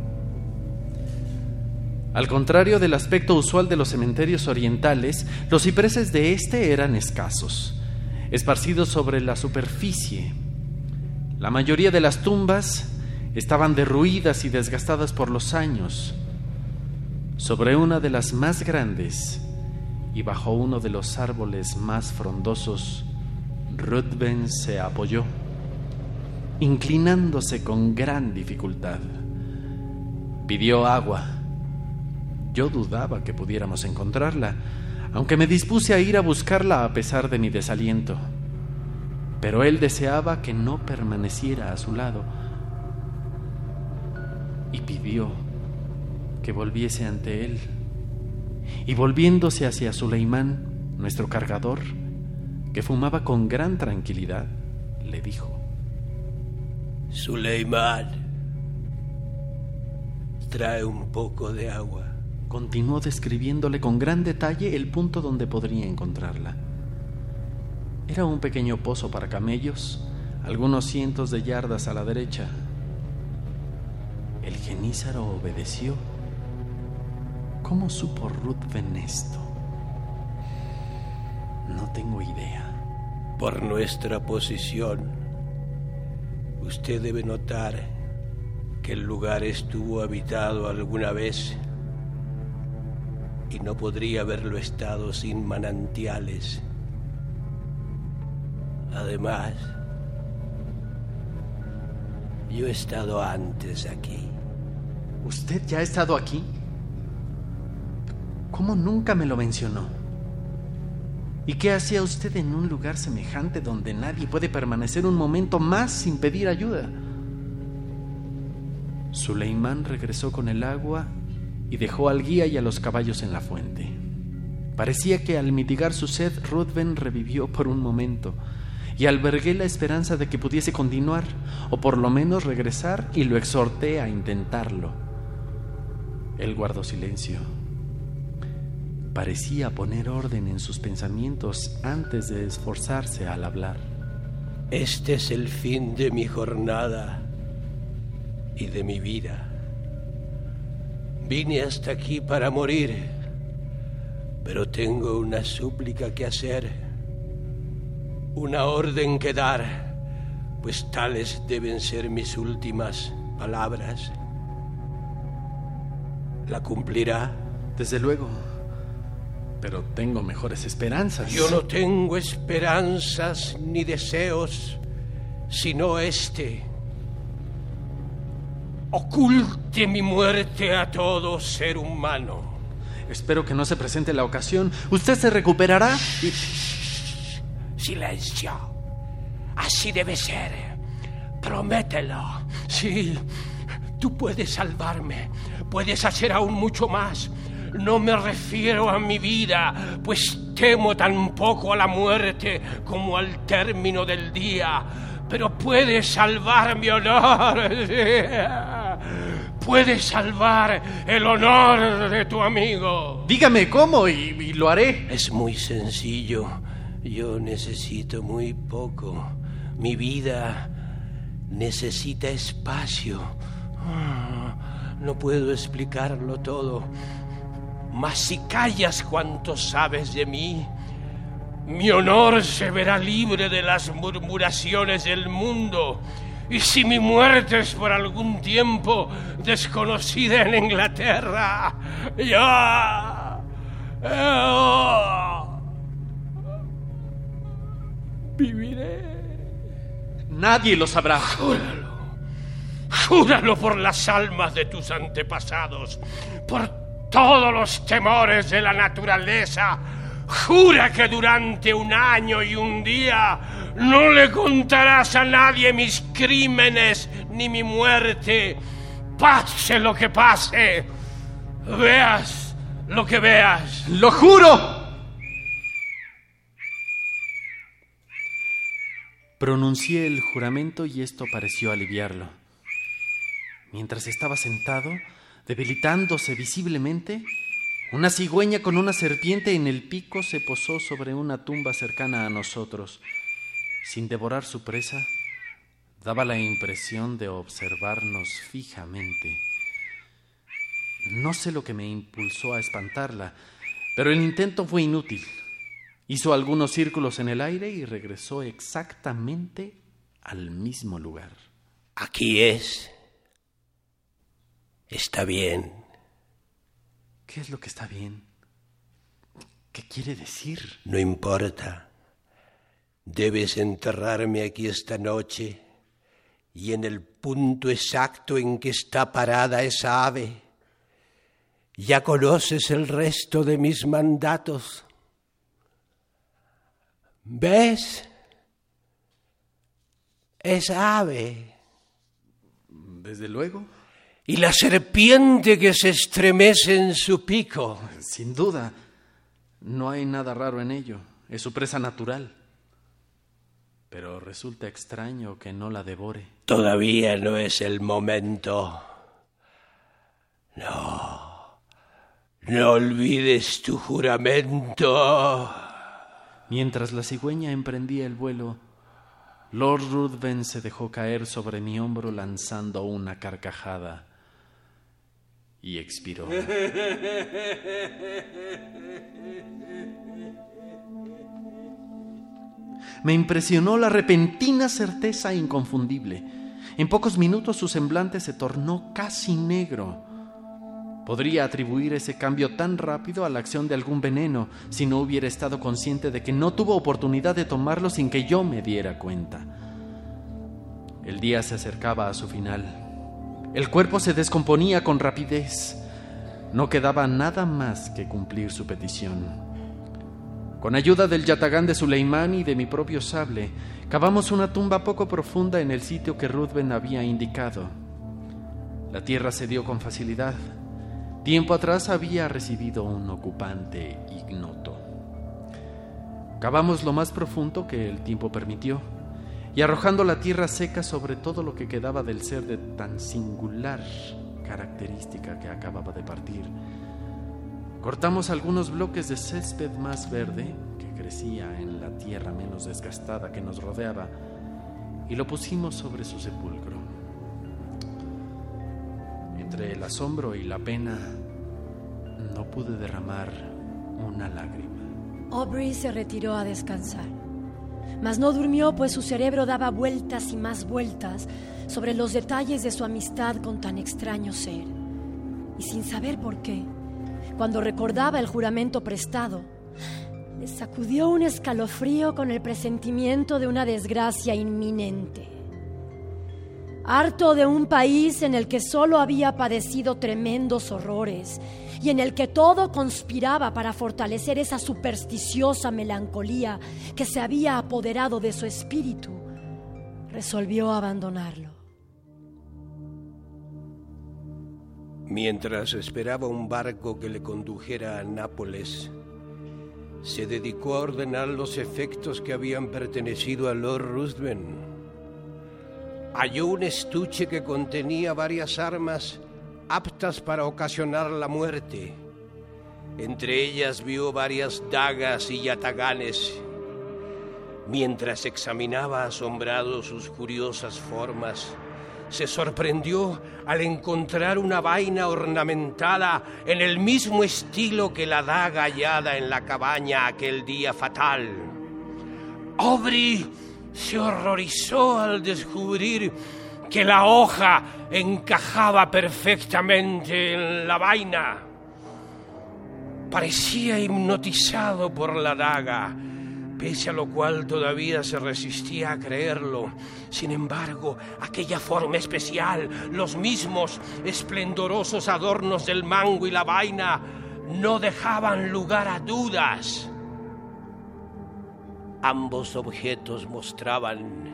Al contrario del aspecto usual de los cementerios orientales, los cipreses de este eran escasos, esparcidos sobre la superficie. La mayoría de las tumbas estaban derruidas y desgastadas por los años. Sobre una de las más grandes y bajo uno de los árboles más frondosos, Ruthven se apoyó, inclinándose con gran dificultad. Pidió agua. Yo dudaba que pudiéramos encontrarla, aunque me dispuse a ir a buscarla a pesar de mi desaliento. Pero él deseaba que no permaneciera a su lado y pidió que volviese ante él. Y volviéndose hacia Suleimán, nuestro cargador, que fumaba con gran tranquilidad, le dijo: Suleimán, trae un poco de agua. Continuó describiéndole con gran detalle el punto donde podría encontrarla. Era un pequeño pozo para camellos, algunos cientos de yardas a la derecha. El genízaro obedeció. ¿Cómo supo Ruthven esto? No tengo idea. Por nuestra posición, usted debe notar que el lugar estuvo habitado alguna vez y no podría haberlo estado sin manantiales. Además, yo he estado antes aquí. ¿Usted ya ha estado aquí? ¿Cómo nunca me lo mencionó? ¿Y qué hacía usted en un lugar semejante donde nadie puede permanecer un momento más sin pedir ayuda? Suleimán regresó con el agua y dejó al guía y a los caballos en la fuente. Parecía que al mitigar su sed, Ruthven revivió por un momento, y albergué la esperanza de que pudiese continuar, o por lo menos regresar, y lo exhorté a intentarlo. Él guardó silencio. Parecía poner orden en sus pensamientos antes de esforzarse al hablar. Este es el fin de mi jornada y de mi vida. Vine hasta aquí para morir, pero tengo una súplica que hacer, una orden que dar, pues tales deben ser mis últimas palabras. ¿La cumplirá? Desde luego, pero tengo mejores esperanzas. Yo no tengo esperanzas ni deseos, sino este. Oculte mi muerte a todo ser humano. Espero que no se presente la ocasión. Usted se recuperará y... Silencio. Así debe ser. Promételo. Sí, tú puedes salvarme. Puedes hacer aún mucho más. No me refiero a mi vida, pues temo tan poco a la muerte como al término del día. Pero puedes salvar mi honor. Puedes salvar el honor de tu amigo. Dígame cómo y lo haré. Es muy sencillo. Yo necesito muy poco. Mi vida necesita espacio. No puedo explicarlo todo. Mas si callas cuanto sabes de mí, mi honor se verá libre de las murmuraciones del mundo. Y si mi muerte es por algún tiempo desconocida en Inglaterra, yo viviré. Nadie lo sabrá. Júralo. Júralo por las almas de tus antepasados, por todos los temores de la naturaleza. Jura que durante un año y un día no le contarás a nadie mis crímenes ni mi muerte. Pase lo que pase, veas lo que veas. ¡Lo juro! Pronuncié el juramento y esto pareció aliviarlo. Mientras estaba sentado, debilitándose visiblemente, una cigüeña con una serpiente en el pico se posó sobre una tumba cercana a nosotros. Sin devorar su presa, daba la impresión de observarnos fijamente. No sé lo que me impulsó a espantarla, pero el intento fue inútil. Hizo algunos círculos en el aire y regresó exactamente al mismo lugar. Aquí es. Está bien. ¿Qué es lo que está bien? ¿Qué quiere decir? No importa. Debes enterrarme aquí esta noche y en el punto exacto en que está parada esa ave. Ya conoces el resto de mis mandatos. ¿Ves? Esa ave. Desde luego. Y la serpiente que se estremece en su pico. Sin duda, no hay nada raro en ello. Es su presa natural. Pero resulta extraño que no la devore. Todavía no es el momento. No olvides tu juramento. Mientras la cigüeña emprendía el vuelo, Lord Ruthven se dejó caer sobre mi hombro lanzando una carcajada y expiró. Me impresionó la repentina certeza inconfundible. En pocos minutos su semblante se tornó casi negro. Podría atribuir ese cambio tan rápido a la acción de algún veneno si no hubiera estado consciente de que no tuvo oportunidad de tomarlo sin que yo me diera cuenta. El día se acercaba a su final. El cuerpo se descomponía con rapidez. No quedaba nada más que cumplir su petición. Con ayuda del yatagán de Suleimán y de mi propio sable, cavamos una tumba poco profunda en el sitio que Ruthven había indicado. La tierra se dio con facilidad. Tiempo atrás había recibido un ocupante ignoto. Cavamos lo más profundo que el tiempo permitió, y arrojando la tierra seca sobre todo lo que quedaba del ser de tan singular característica que acababa de partir, cortamos algunos bloques de césped más verde que crecía en la tierra menos desgastada que nos rodeaba y lo pusimos sobre su sepulcro. Entre el asombro y la pena no pude derramar una lágrima. Aubrey se retiró a descansar, mas no durmió, pues su cerebro daba vueltas y más vueltas sobre los detalles de su amistad con tan extraño ser. Y sin saber por qué, cuando recordaba el juramento prestado, le sacudió un escalofrío con el presentimiento de una desgracia inminente. Harto de un país en el que solo había padecido tremendos horrores y en el que todo conspiraba para fortalecer esa supersticiosa melancolía que se había apoderado de su espíritu, resolvió abandonarlo. Mientras esperaba un barco que le condujera a Nápoles, se dedicó a ordenar los efectos que habían pertenecido a Lord Ruthven. Halló un estuche que contenía varias armas aptas para ocasionar la muerte. Entre ellas vio varias dagas y yataganes. Mientras examinaba asombrado sus curiosas formas, se sorprendió al encontrar una vaina ornamentada en el mismo estilo que la daga hallada en la cabaña aquel día fatal. Aubrey se horrorizó al descubrir que la hoja encajaba perfectamente en la vaina. Parecía hipnotizado por la daga, pese a lo cual todavía se resistía a creerlo. Sin embargo, aquella forma especial, los mismos esplendorosos adornos del mango y la vaina, no dejaban lugar a dudas. Ambos objetos mostraban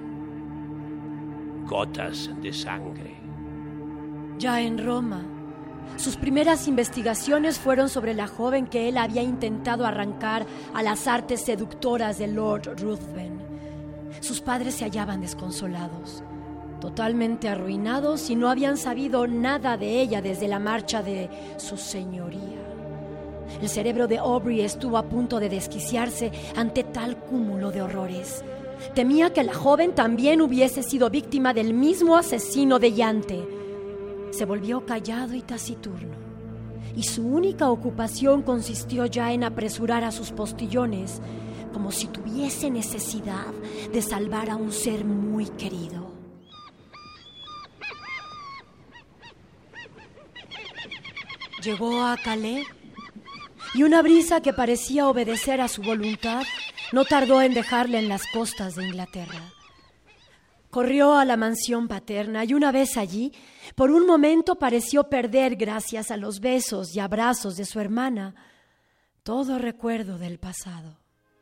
gotas de sangre. Ya en Roma, sus primeras investigaciones fueron sobre la joven que él había intentado arrancar a las artes seductoras de Lord Ruthven. Sus padres se hallaban desconsolados, totalmente arruinados, y no habían sabido nada de ella desde la marcha de su señoría. El cerebro de Aubrey estuvo a punto de desquiciarse ante tal cúmulo de horrores. Temía que la joven también hubiese sido víctima del mismo asesino de Yante. Se volvió callado y taciturno, y su única ocupación consistió ya en apresurar a sus postillones, como si tuviese necesidad de salvar a un ser muy querido. Llegó a Calais, y una brisa que parecía obedecer a su voluntad no tardó en dejarle en las costas de Inglaterra. Corrió a la mansión paterna y una vez allí, por un momento pareció perder, gracias a los besos y abrazos de su hermana, todo recuerdo del pasado.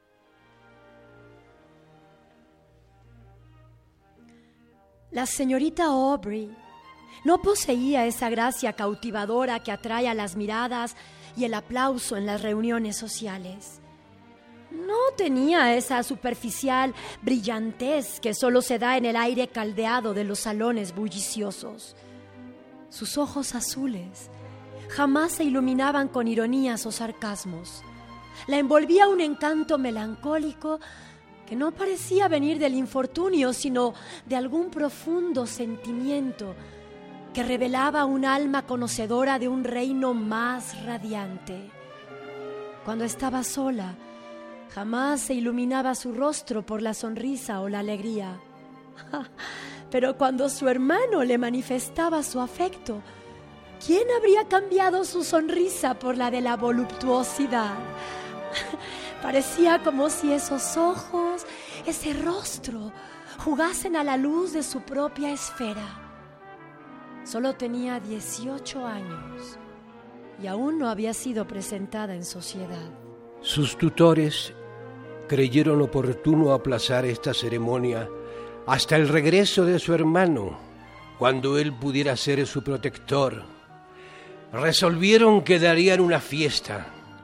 La señorita Aubrey no poseía esa gracia cautivadora que atrae a las miradas y el aplauso en las reuniones sociales. No tenía esa superficial brillantez que solo se da en el aire caldeado de los salones bulliciosos. Sus ojos azules jamás se iluminaban con ironías o sarcasmos. La envolvía un encanto melancólico que no parecía venir del infortunio, sino de algún profundo sentimiento que revelaba un alma conocedora de un reino más radiante. Cuando estaba sola, jamás se iluminaba su rostro por la sonrisa o la alegría. Pero cuando su hermano le manifestaba su afecto, ¿quién habría cambiado su sonrisa por la de la voluptuosidad? Parecía como si esos ojos, ese rostro, jugasen a la luz de su propia esfera. Solo tenía 18 años y aún no había sido presentada en sociedad. Sus tutores creyeron oportuno aplazar esta ceremonia hasta el regreso de su hermano, cuando él pudiera ser su protector. Resolvieron que darían una fiesta.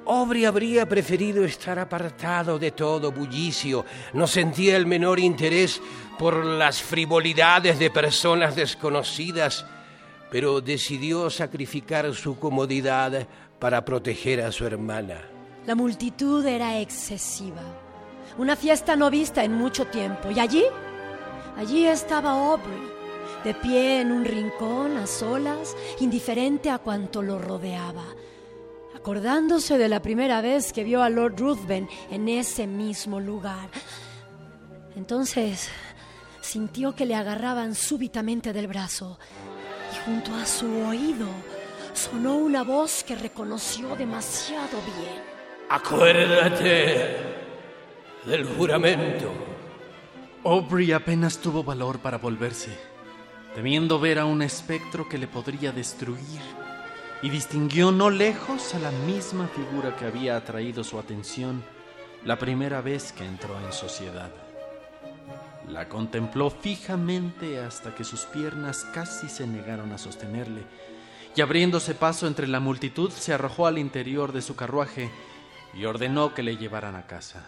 Aubrey habría preferido estar apartado de todo bullicio. No sentía el menor interés por las frivolidades de personas desconocidas, pero decidió sacrificar su comodidad para proteger a su hermana. La multitud era excesiva. Una fiesta no vista en mucho tiempo. ¿Y allí estaba Aubrey, de pie en un rincón, a solas, indiferente a cuanto lo rodeaba, acordándose de la primera vez que vio a Lord Ruthven en ese mismo lugar. Entonces sintió que le agarraban súbitamente del brazo y junto a su oído sonó una voz que reconoció demasiado bien. Acuérdate del juramento. Aubrey apenas tuvo valor para volverse, temiendo ver a un espectro que le podría destruir, y distinguió no lejos a la misma figura que había atraído su atención la primera vez que entró en sociedad. La contempló fijamente hasta que sus piernas casi se negaron a sostenerle, y abriéndose paso entre la multitud se arrojó al interior de su carruaje y ordenó que le llevaran a casa.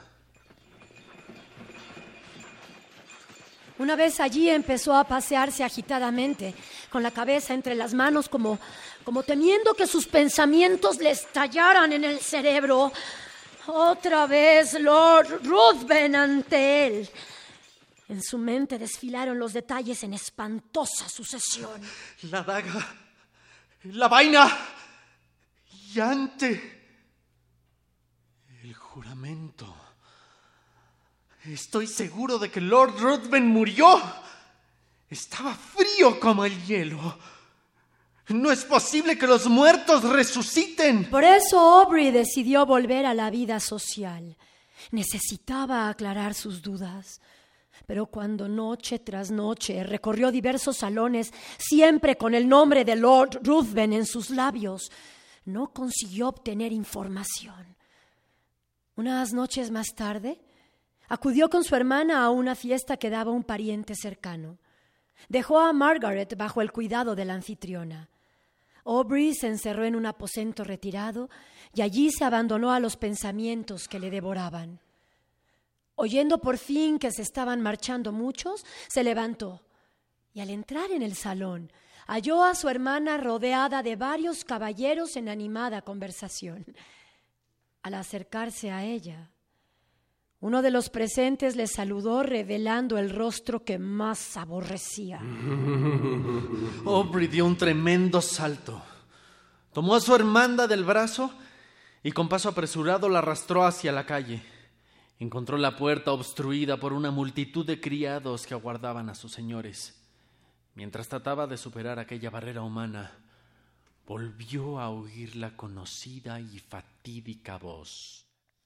Una vez allí empezó a pasearse agitadamente, con la cabeza entre las manos, como temiendo que sus pensamientos le estallaran en el cerebro. Otra vez Lord Ruthven ante él. En su mente desfilaron los detalles en espantosa sucesión. La daga, la vaina y ante el juramento. Estoy seguro de que Lord Ruthven murió. Estaba frío como el hielo. No es posible que los muertos resuciten. Por eso Aubrey decidió volver a la vida social. Necesitaba aclarar sus dudas. Pero cuando noche tras noche recorrió diversos salones, siempre con el nombre de Lord Ruthven en sus labios, no consiguió obtener información. Unas noches más tarde, acudió con su hermana a una fiesta que daba un pariente cercano. Dejó a Margaret bajo el cuidado de la anfitriona. Aubrey se encerró en un aposento retirado y allí se abandonó a los pensamientos que le devoraban. Oyendo por fin que se estaban marchando muchos, se levantó y al entrar en el salón halló a su hermana rodeada de varios caballeros en animada conversación. Al acercarse a ella, uno de los presentes le saludó revelando el rostro que más aborrecía. Aubrey dio un tremendo salto. Tomó a su hermana del brazo y con paso apresurado la arrastró hacia la calle. Encontró la puerta obstruida por una multitud de criados que aguardaban a sus señores. Mientras trataba de superar aquella barrera humana, volvió a oír la conocida y fatídica voz.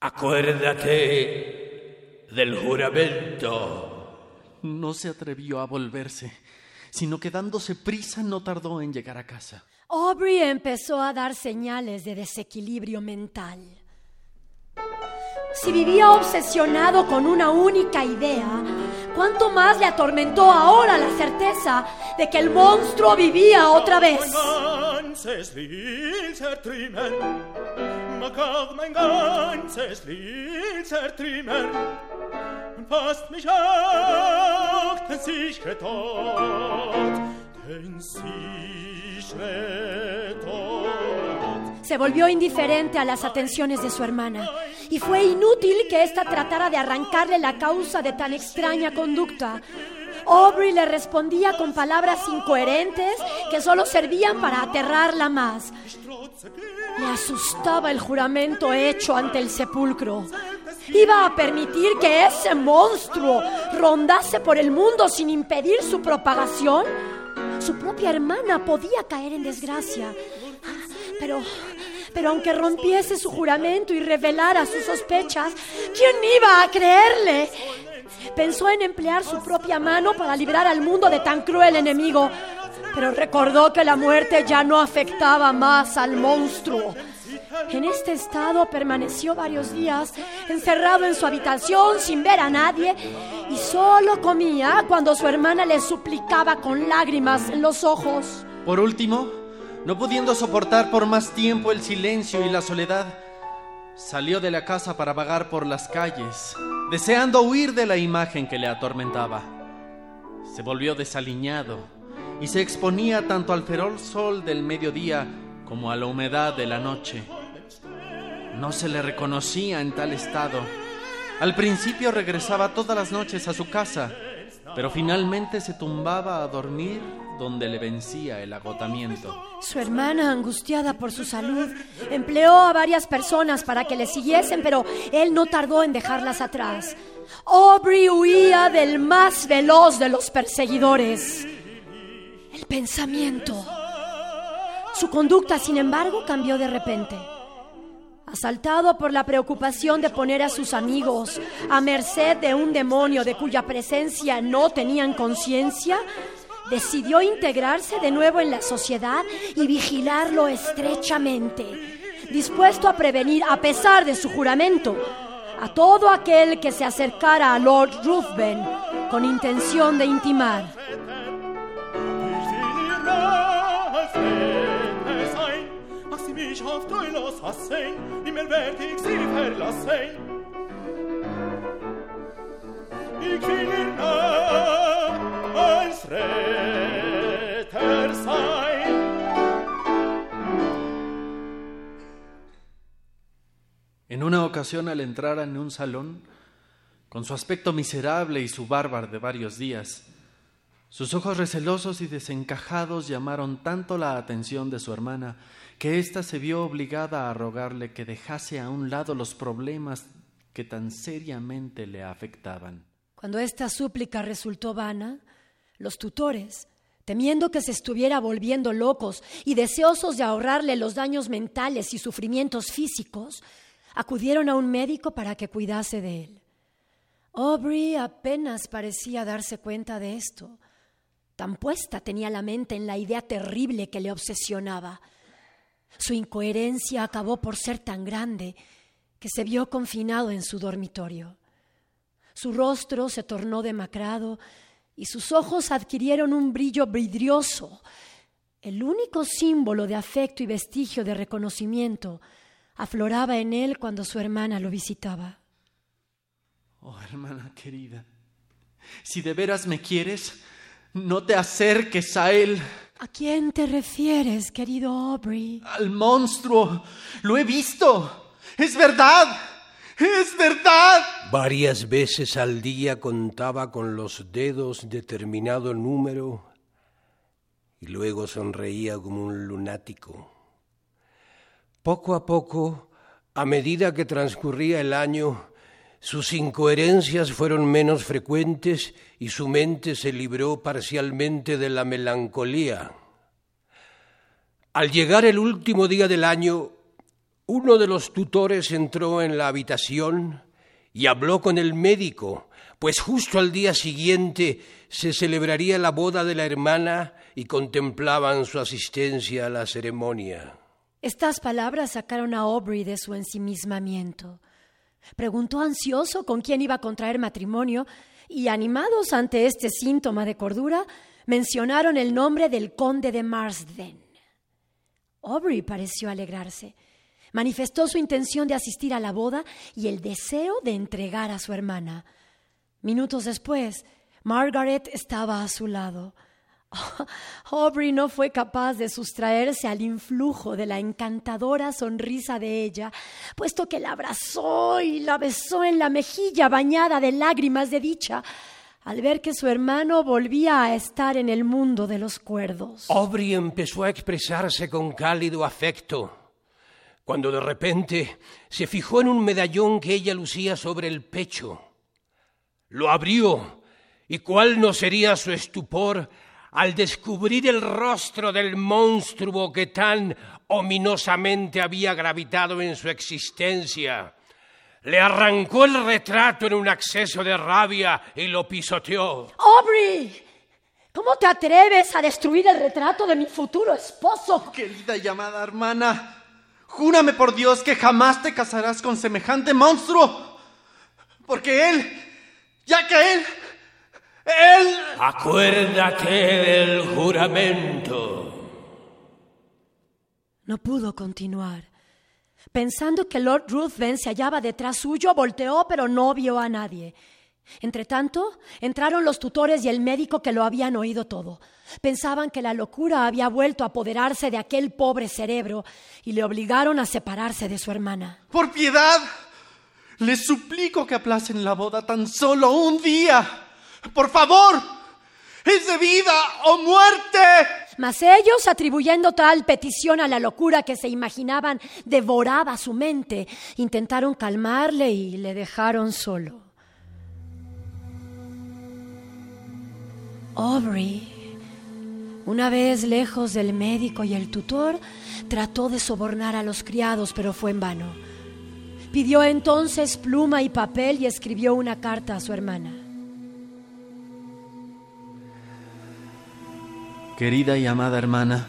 Acuérdate del juramento. No se atrevió a volverse, sino que dándose prisa no tardó en llegar a casa. Aubrey empezó a dar señales de desequilibrio mental. Si vivía obsesionado con una única idea, ¿cuánto más le atormentó ahora la certeza de que el monstruo vivía otra vez? Se volvió indiferente a las atenciones de su hermana y fue inútil que ésta tratara de arrancarle la causa de tan extraña conducta. Aubrey le respondía con palabras incoherentes que solo servían para aterrarla más. Le asustaba el juramento hecho ante el sepulcro. ¿Iba a permitir que ese monstruo rondase por el mundo sin impedir su propagación? Su propia hermana podía caer en desgracia. Pero aunque rompiese su juramento y revelara sus sospechas, ¿quién iba a creerle? Pensó en emplear su propia mano para librar al mundo de tan cruel enemigo, pero recordó que la muerte ya no afectaba más al monstruo. En este estado permaneció varios días, encerrado en su habitación sin ver a nadie, y solo comía cuando su hermana le suplicaba con lágrimas en los ojos. Por último, no pudiendo soportar por más tiempo el silencio y la soledad, Salió de la casa para vagar por las calles, deseando huir de la imagen que le atormentaba. Se volvió desaliñado y se exponía tanto al feroz sol del mediodía como a la humedad de la noche. No se le reconocía en tal estado. Al principio regresaba todas las noches a su casa, pero finalmente se tumbaba a dormir donde le vencía el agotamiento. Su hermana, angustiada por su salud, empleó a varias personas para que le siguiesen, pero él no tardó en dejarlas atrás. Aubrey huía del más veloz de los perseguidores, el pensamiento. Su conducta, sin embargo, cambió de repente. Asaltado por la preocupación de poner a sus amigos a merced de un demonio de cuya presencia no tenían conciencia, decidió integrarse de nuevo en la sociedad y vigilarlo estrechamente, dispuesto a prevenir, a pesar de su juramento, a todo aquel que se acercara a Lord Ruthven con intención de intimar. En una ocasión, al entrar en un salón, con su aspecto miserable y su barba de varios días, sus ojos recelosos y desencajados llamaron tanto la atención de su hermana que ésta se vio obligada a rogarle que dejase a un lado los problemas que tan seriamente le afectaban. Cuando esta súplica resultó vana, los tutores, temiendo que se estuviera volviendo locos y deseosos de ahorrarle los daños mentales y sufrimientos físicos, acudieron a un médico para que cuidase de él. Aubrey apenas parecía darse cuenta de esto. Tan puesta tenía la mente en la idea terrible que le obsesionaba. Su incoherencia acabó por ser tan grande que se vio confinado en su dormitorio. Su rostro se tornó demacrado y sus ojos adquirieron un brillo vidrioso. El único símbolo de afecto y vestigio de reconocimiento afloraba en él cuando su hermana lo visitaba. Oh, hermana querida, si de veras me quieres, no te acerques a él. ¿A quién te refieres, querido Aubrey? Al monstruo. Lo he visto. Es verdad. ¡Es verdad! Varias veces al día contaba con los dedos determinado número y luego sonreía como un lunático. Poco a poco, a medida que transcurría el año, sus incoherencias fueron menos frecuentes y su mente se libró parcialmente de la melancolía. Al llegar el último día del año, uno de los tutores entró en la habitación y habló con el médico, pues justo al día siguiente se celebraría la boda de la hermana y contemplaban su asistencia a la ceremonia. Estas palabras sacaron a Aubrey de su ensimismamiento. Preguntó ansioso con quién iba a contraer matrimonio y, animados ante este síntoma de cordura, mencionaron el nombre del conde de Marsden. Aubrey pareció alegrarse. Manifestó su intención de asistir a la boda y el deseo de entregar a su hermana. Minutos después, Margaret estaba a su lado. Aubrey no fue capaz de sustraerse al influjo de la encantadora sonrisa de ella, puesto que la abrazó y la besó en la mejilla bañada de lágrimas de dicha, al ver que su hermano volvía a estar en el mundo de los cuerdos. Aubrey empezó a expresarse con cálido afecto, cuando de repente se fijó en un medallón que ella lucía sobre el pecho. Lo abrió, y cuál no sería su estupor al descubrir el rostro del monstruo que tan ominosamente había gravitado en su existencia. Le arrancó el retrato en un acceso de rabia y lo pisoteó. ¡Aubrey! ¿Cómo te atreves a destruir el retrato de mi futuro esposo? Querida y amada hermana, júrame por Dios que jamás te casarás con semejante monstruo, porque él... Acuérdate del juramento. No pudo continuar. Pensando que Lord Ruthven se hallaba detrás suyo, volteó, pero no vio a nadie. Entretanto, entraron los tutores y el médico que lo habían oído todo. Pensaban que la locura había vuelto a apoderarse de aquel pobre cerebro y le obligaron a separarse de su hermana. ¡Por piedad! Les suplico que aplacen la boda tan solo un día. ¡Por favor! ¡Es de vida o muerte! Mas ellos, atribuyendo tal petición a la locura que se imaginaban devoraba su mente, intentaron calmarle y le dejaron solo. Aubrey, una vez lejos del médico y el tutor, trató de sobornar a los criados, pero fue en vano. Pidió entonces pluma y papel y escribió una carta a su hermana. Querida y amada hermana,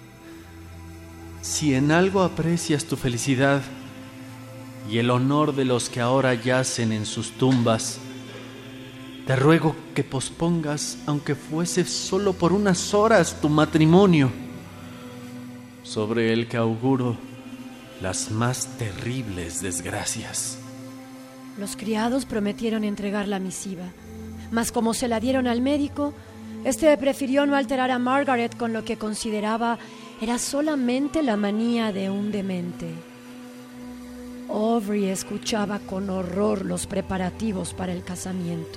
si en algo aprecias tu felicidad y el honor de los que ahora yacen en sus tumbas, te ruego que pospongas, aunque fuese solo por unas horas, tu matrimonio, sobre el que auguro las más terribles desgracias. Los criados prometieron entregar la misiva, mas como se la dieron al médico, este prefirió no alterar a Margaret con lo que consideraba era solamente la manía de un demente. Aubrey escuchaba con horror los preparativos para el casamiento.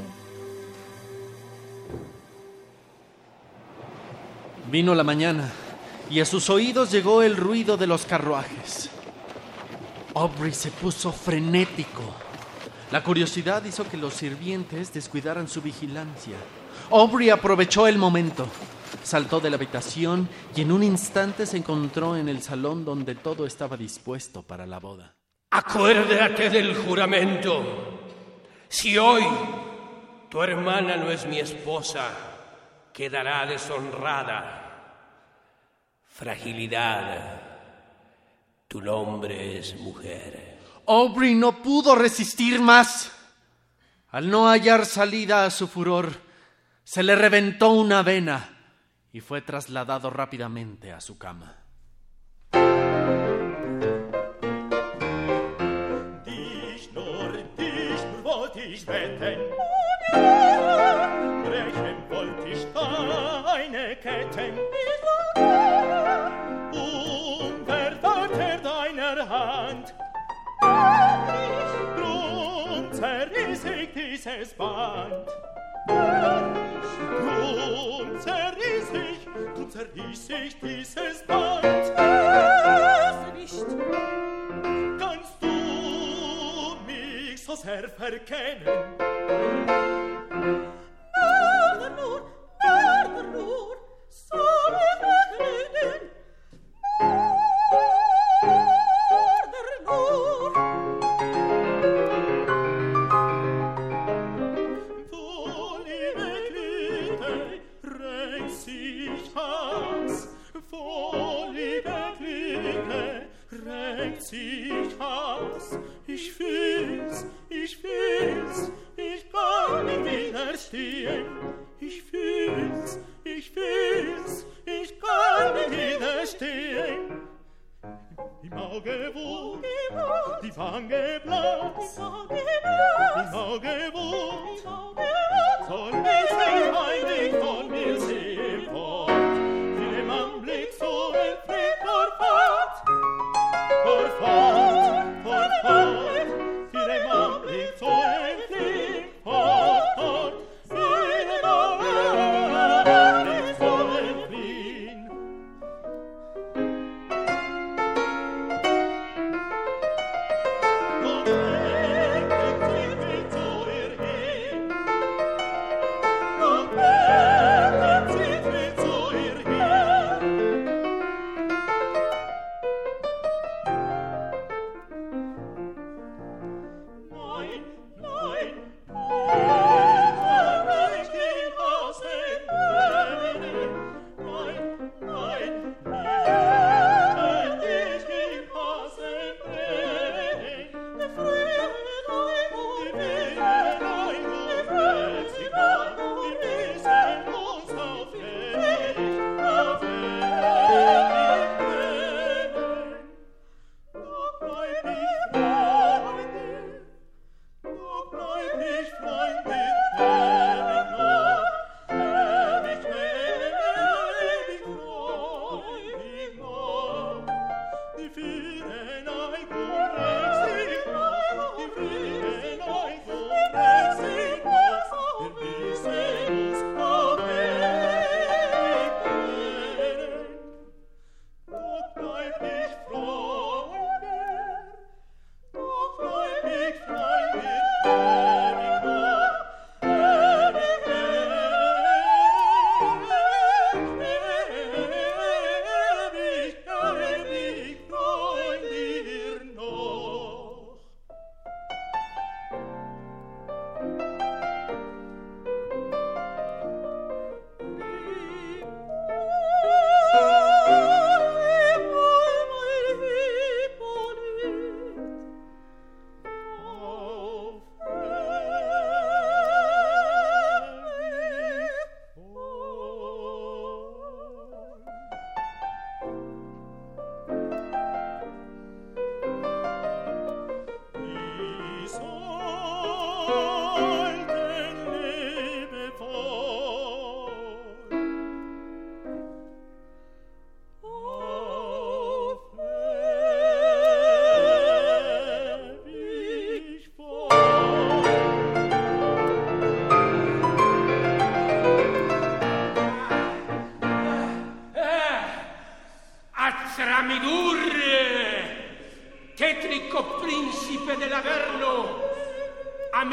Vino la mañana y a sus oídos llegó el ruido de los carruajes. Aubrey se puso frenético. La curiosidad hizo que los sirvientes descuidaran su vigilancia. Aubrey aprovechó el momento, saltó de la habitación y en un instante se encontró en el salón donde todo estaba dispuesto para la boda. Acuérdate del juramento. Si hoy tu hermana no es mi esposa, quedará deshonrada. Fragilidad, tu nombre es mujer. Aubrey no pudo resistir más. Al no hallar salida a su furor, se le reventó una vena y fue trasladado rápidamente a su cama. Dich nur wollt ich wetten, brechen wollt ich deine Ketten, unter deiner Hand, drum zerriss ich dieses Band. Drum zerriss ich dieses Band. Nicht kannst du mich so sehr verkennen. Mörder nur, so verkennen. Mörder nur. Sich aus, ich fühl's, ich kann nicht widerstehen. Ich fühl's, ich kann nicht widerstehen. Im Auge wund, die Wange blass, im Auge wund, soll mich sehr heimlich von mir sehen fort. In dem Anblick so entfliegt fortfort, in dem Anblick so entfliegt fortfort, in dem Anblick so entfliehen. Doch denkt sich mit so ihr Hin,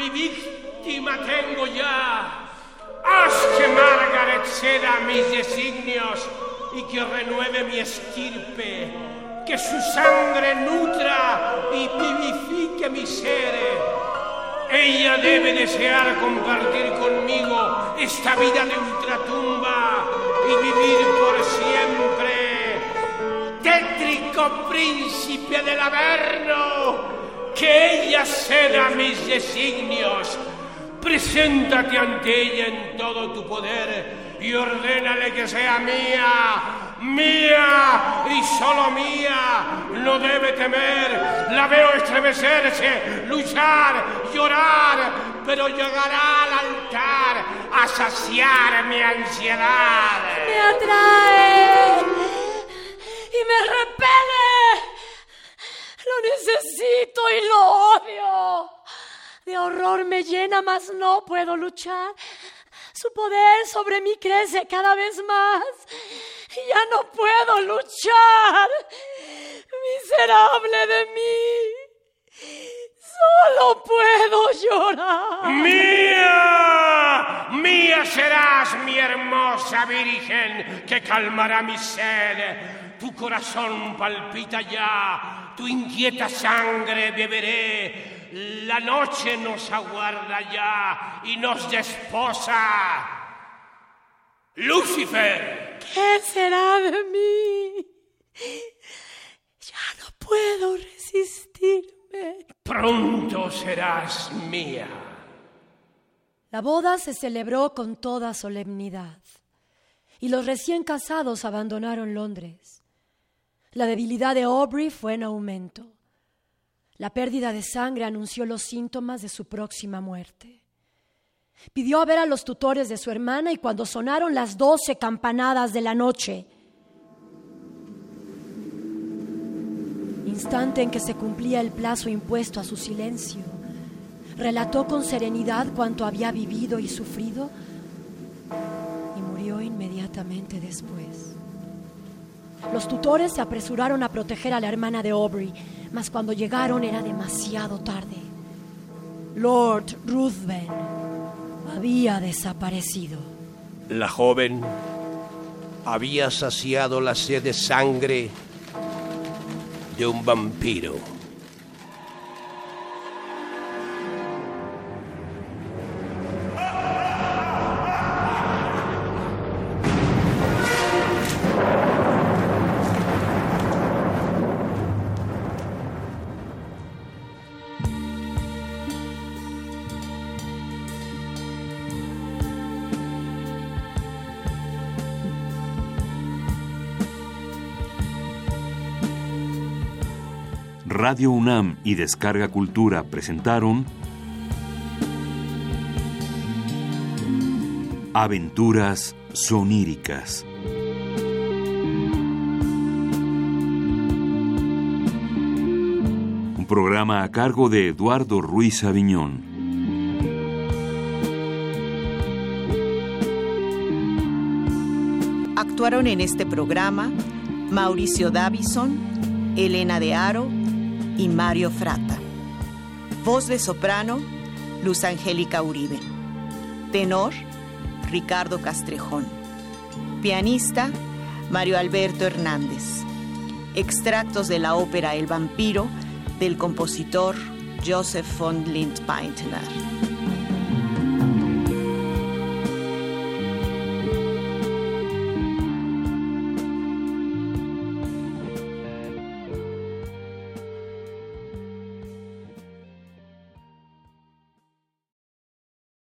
mi víctima tengo ya. Haz que Margaret ceda a mis designios y que renueve mi estirpe, que su sangre nutra y vivifique mi ser. Ella debe desear compartir conmigo esta vida de ultratumba y vivir por siempre. Tétrico príncipe del Averno, que ella ceda mis designios. Preséntate ante ella en todo tu poder y ordénale que sea mía, mía y solo mía. No debe temer, la veo estremecerse, luchar, llorar, pero llegará al altar a saciar mi ansiedad. Me atrae y me repele. Lo necesito y lo odio. De horror me llena, mas no puedo luchar. Su poder sobre mí crece cada vez más. Y ya no puedo luchar. Miserable de mí. Solo puedo llorar. ¡Mía! ¡Mía serás, mi hermosa virgen, que calmará mi sed! Tu corazón palpita ya, tu inquieta sangre beberé. La noche nos aguarda ya y nos desposa. ¡Lucifer! ¿Qué será de mí? Ya no puedo resistirme. Pronto serás mía. La boda se celebró con toda solemnidad y los recién casados abandonaron Londres. La debilidad de Aubrey fue en aumento. La pérdida de sangre anunció los síntomas de su próxima muerte. Pidió a ver a los tutores de su hermana y cuando sonaron las 12 campanadas de la noche, instante en que se cumplía el plazo impuesto a su silencio, relató con serenidad cuanto había vivido y sufrido y murió inmediatamente después. Los tutores se apresuraron a proteger a la hermana de Aubrey, mas cuando llegaron era demasiado tarde. Lord Ruthven había desaparecido. La joven había saciado la sed de sangre de un vampiro. Radio UNAM y Descarga Cultura presentaron Aventuras soníricas. Un programa a cargo de Eduardo Ruiz Aviñón. Actuaron en este programa Mauricio Davison, Elena de Haro y Mario Frata. Voz de soprano, Luz Angélica Uribe. Tenor, Ricardo Castrejón. Pianista, Mario Alberto Hernández. Extractos de la ópera El vampiro del compositor Joseph von Lindbeintner.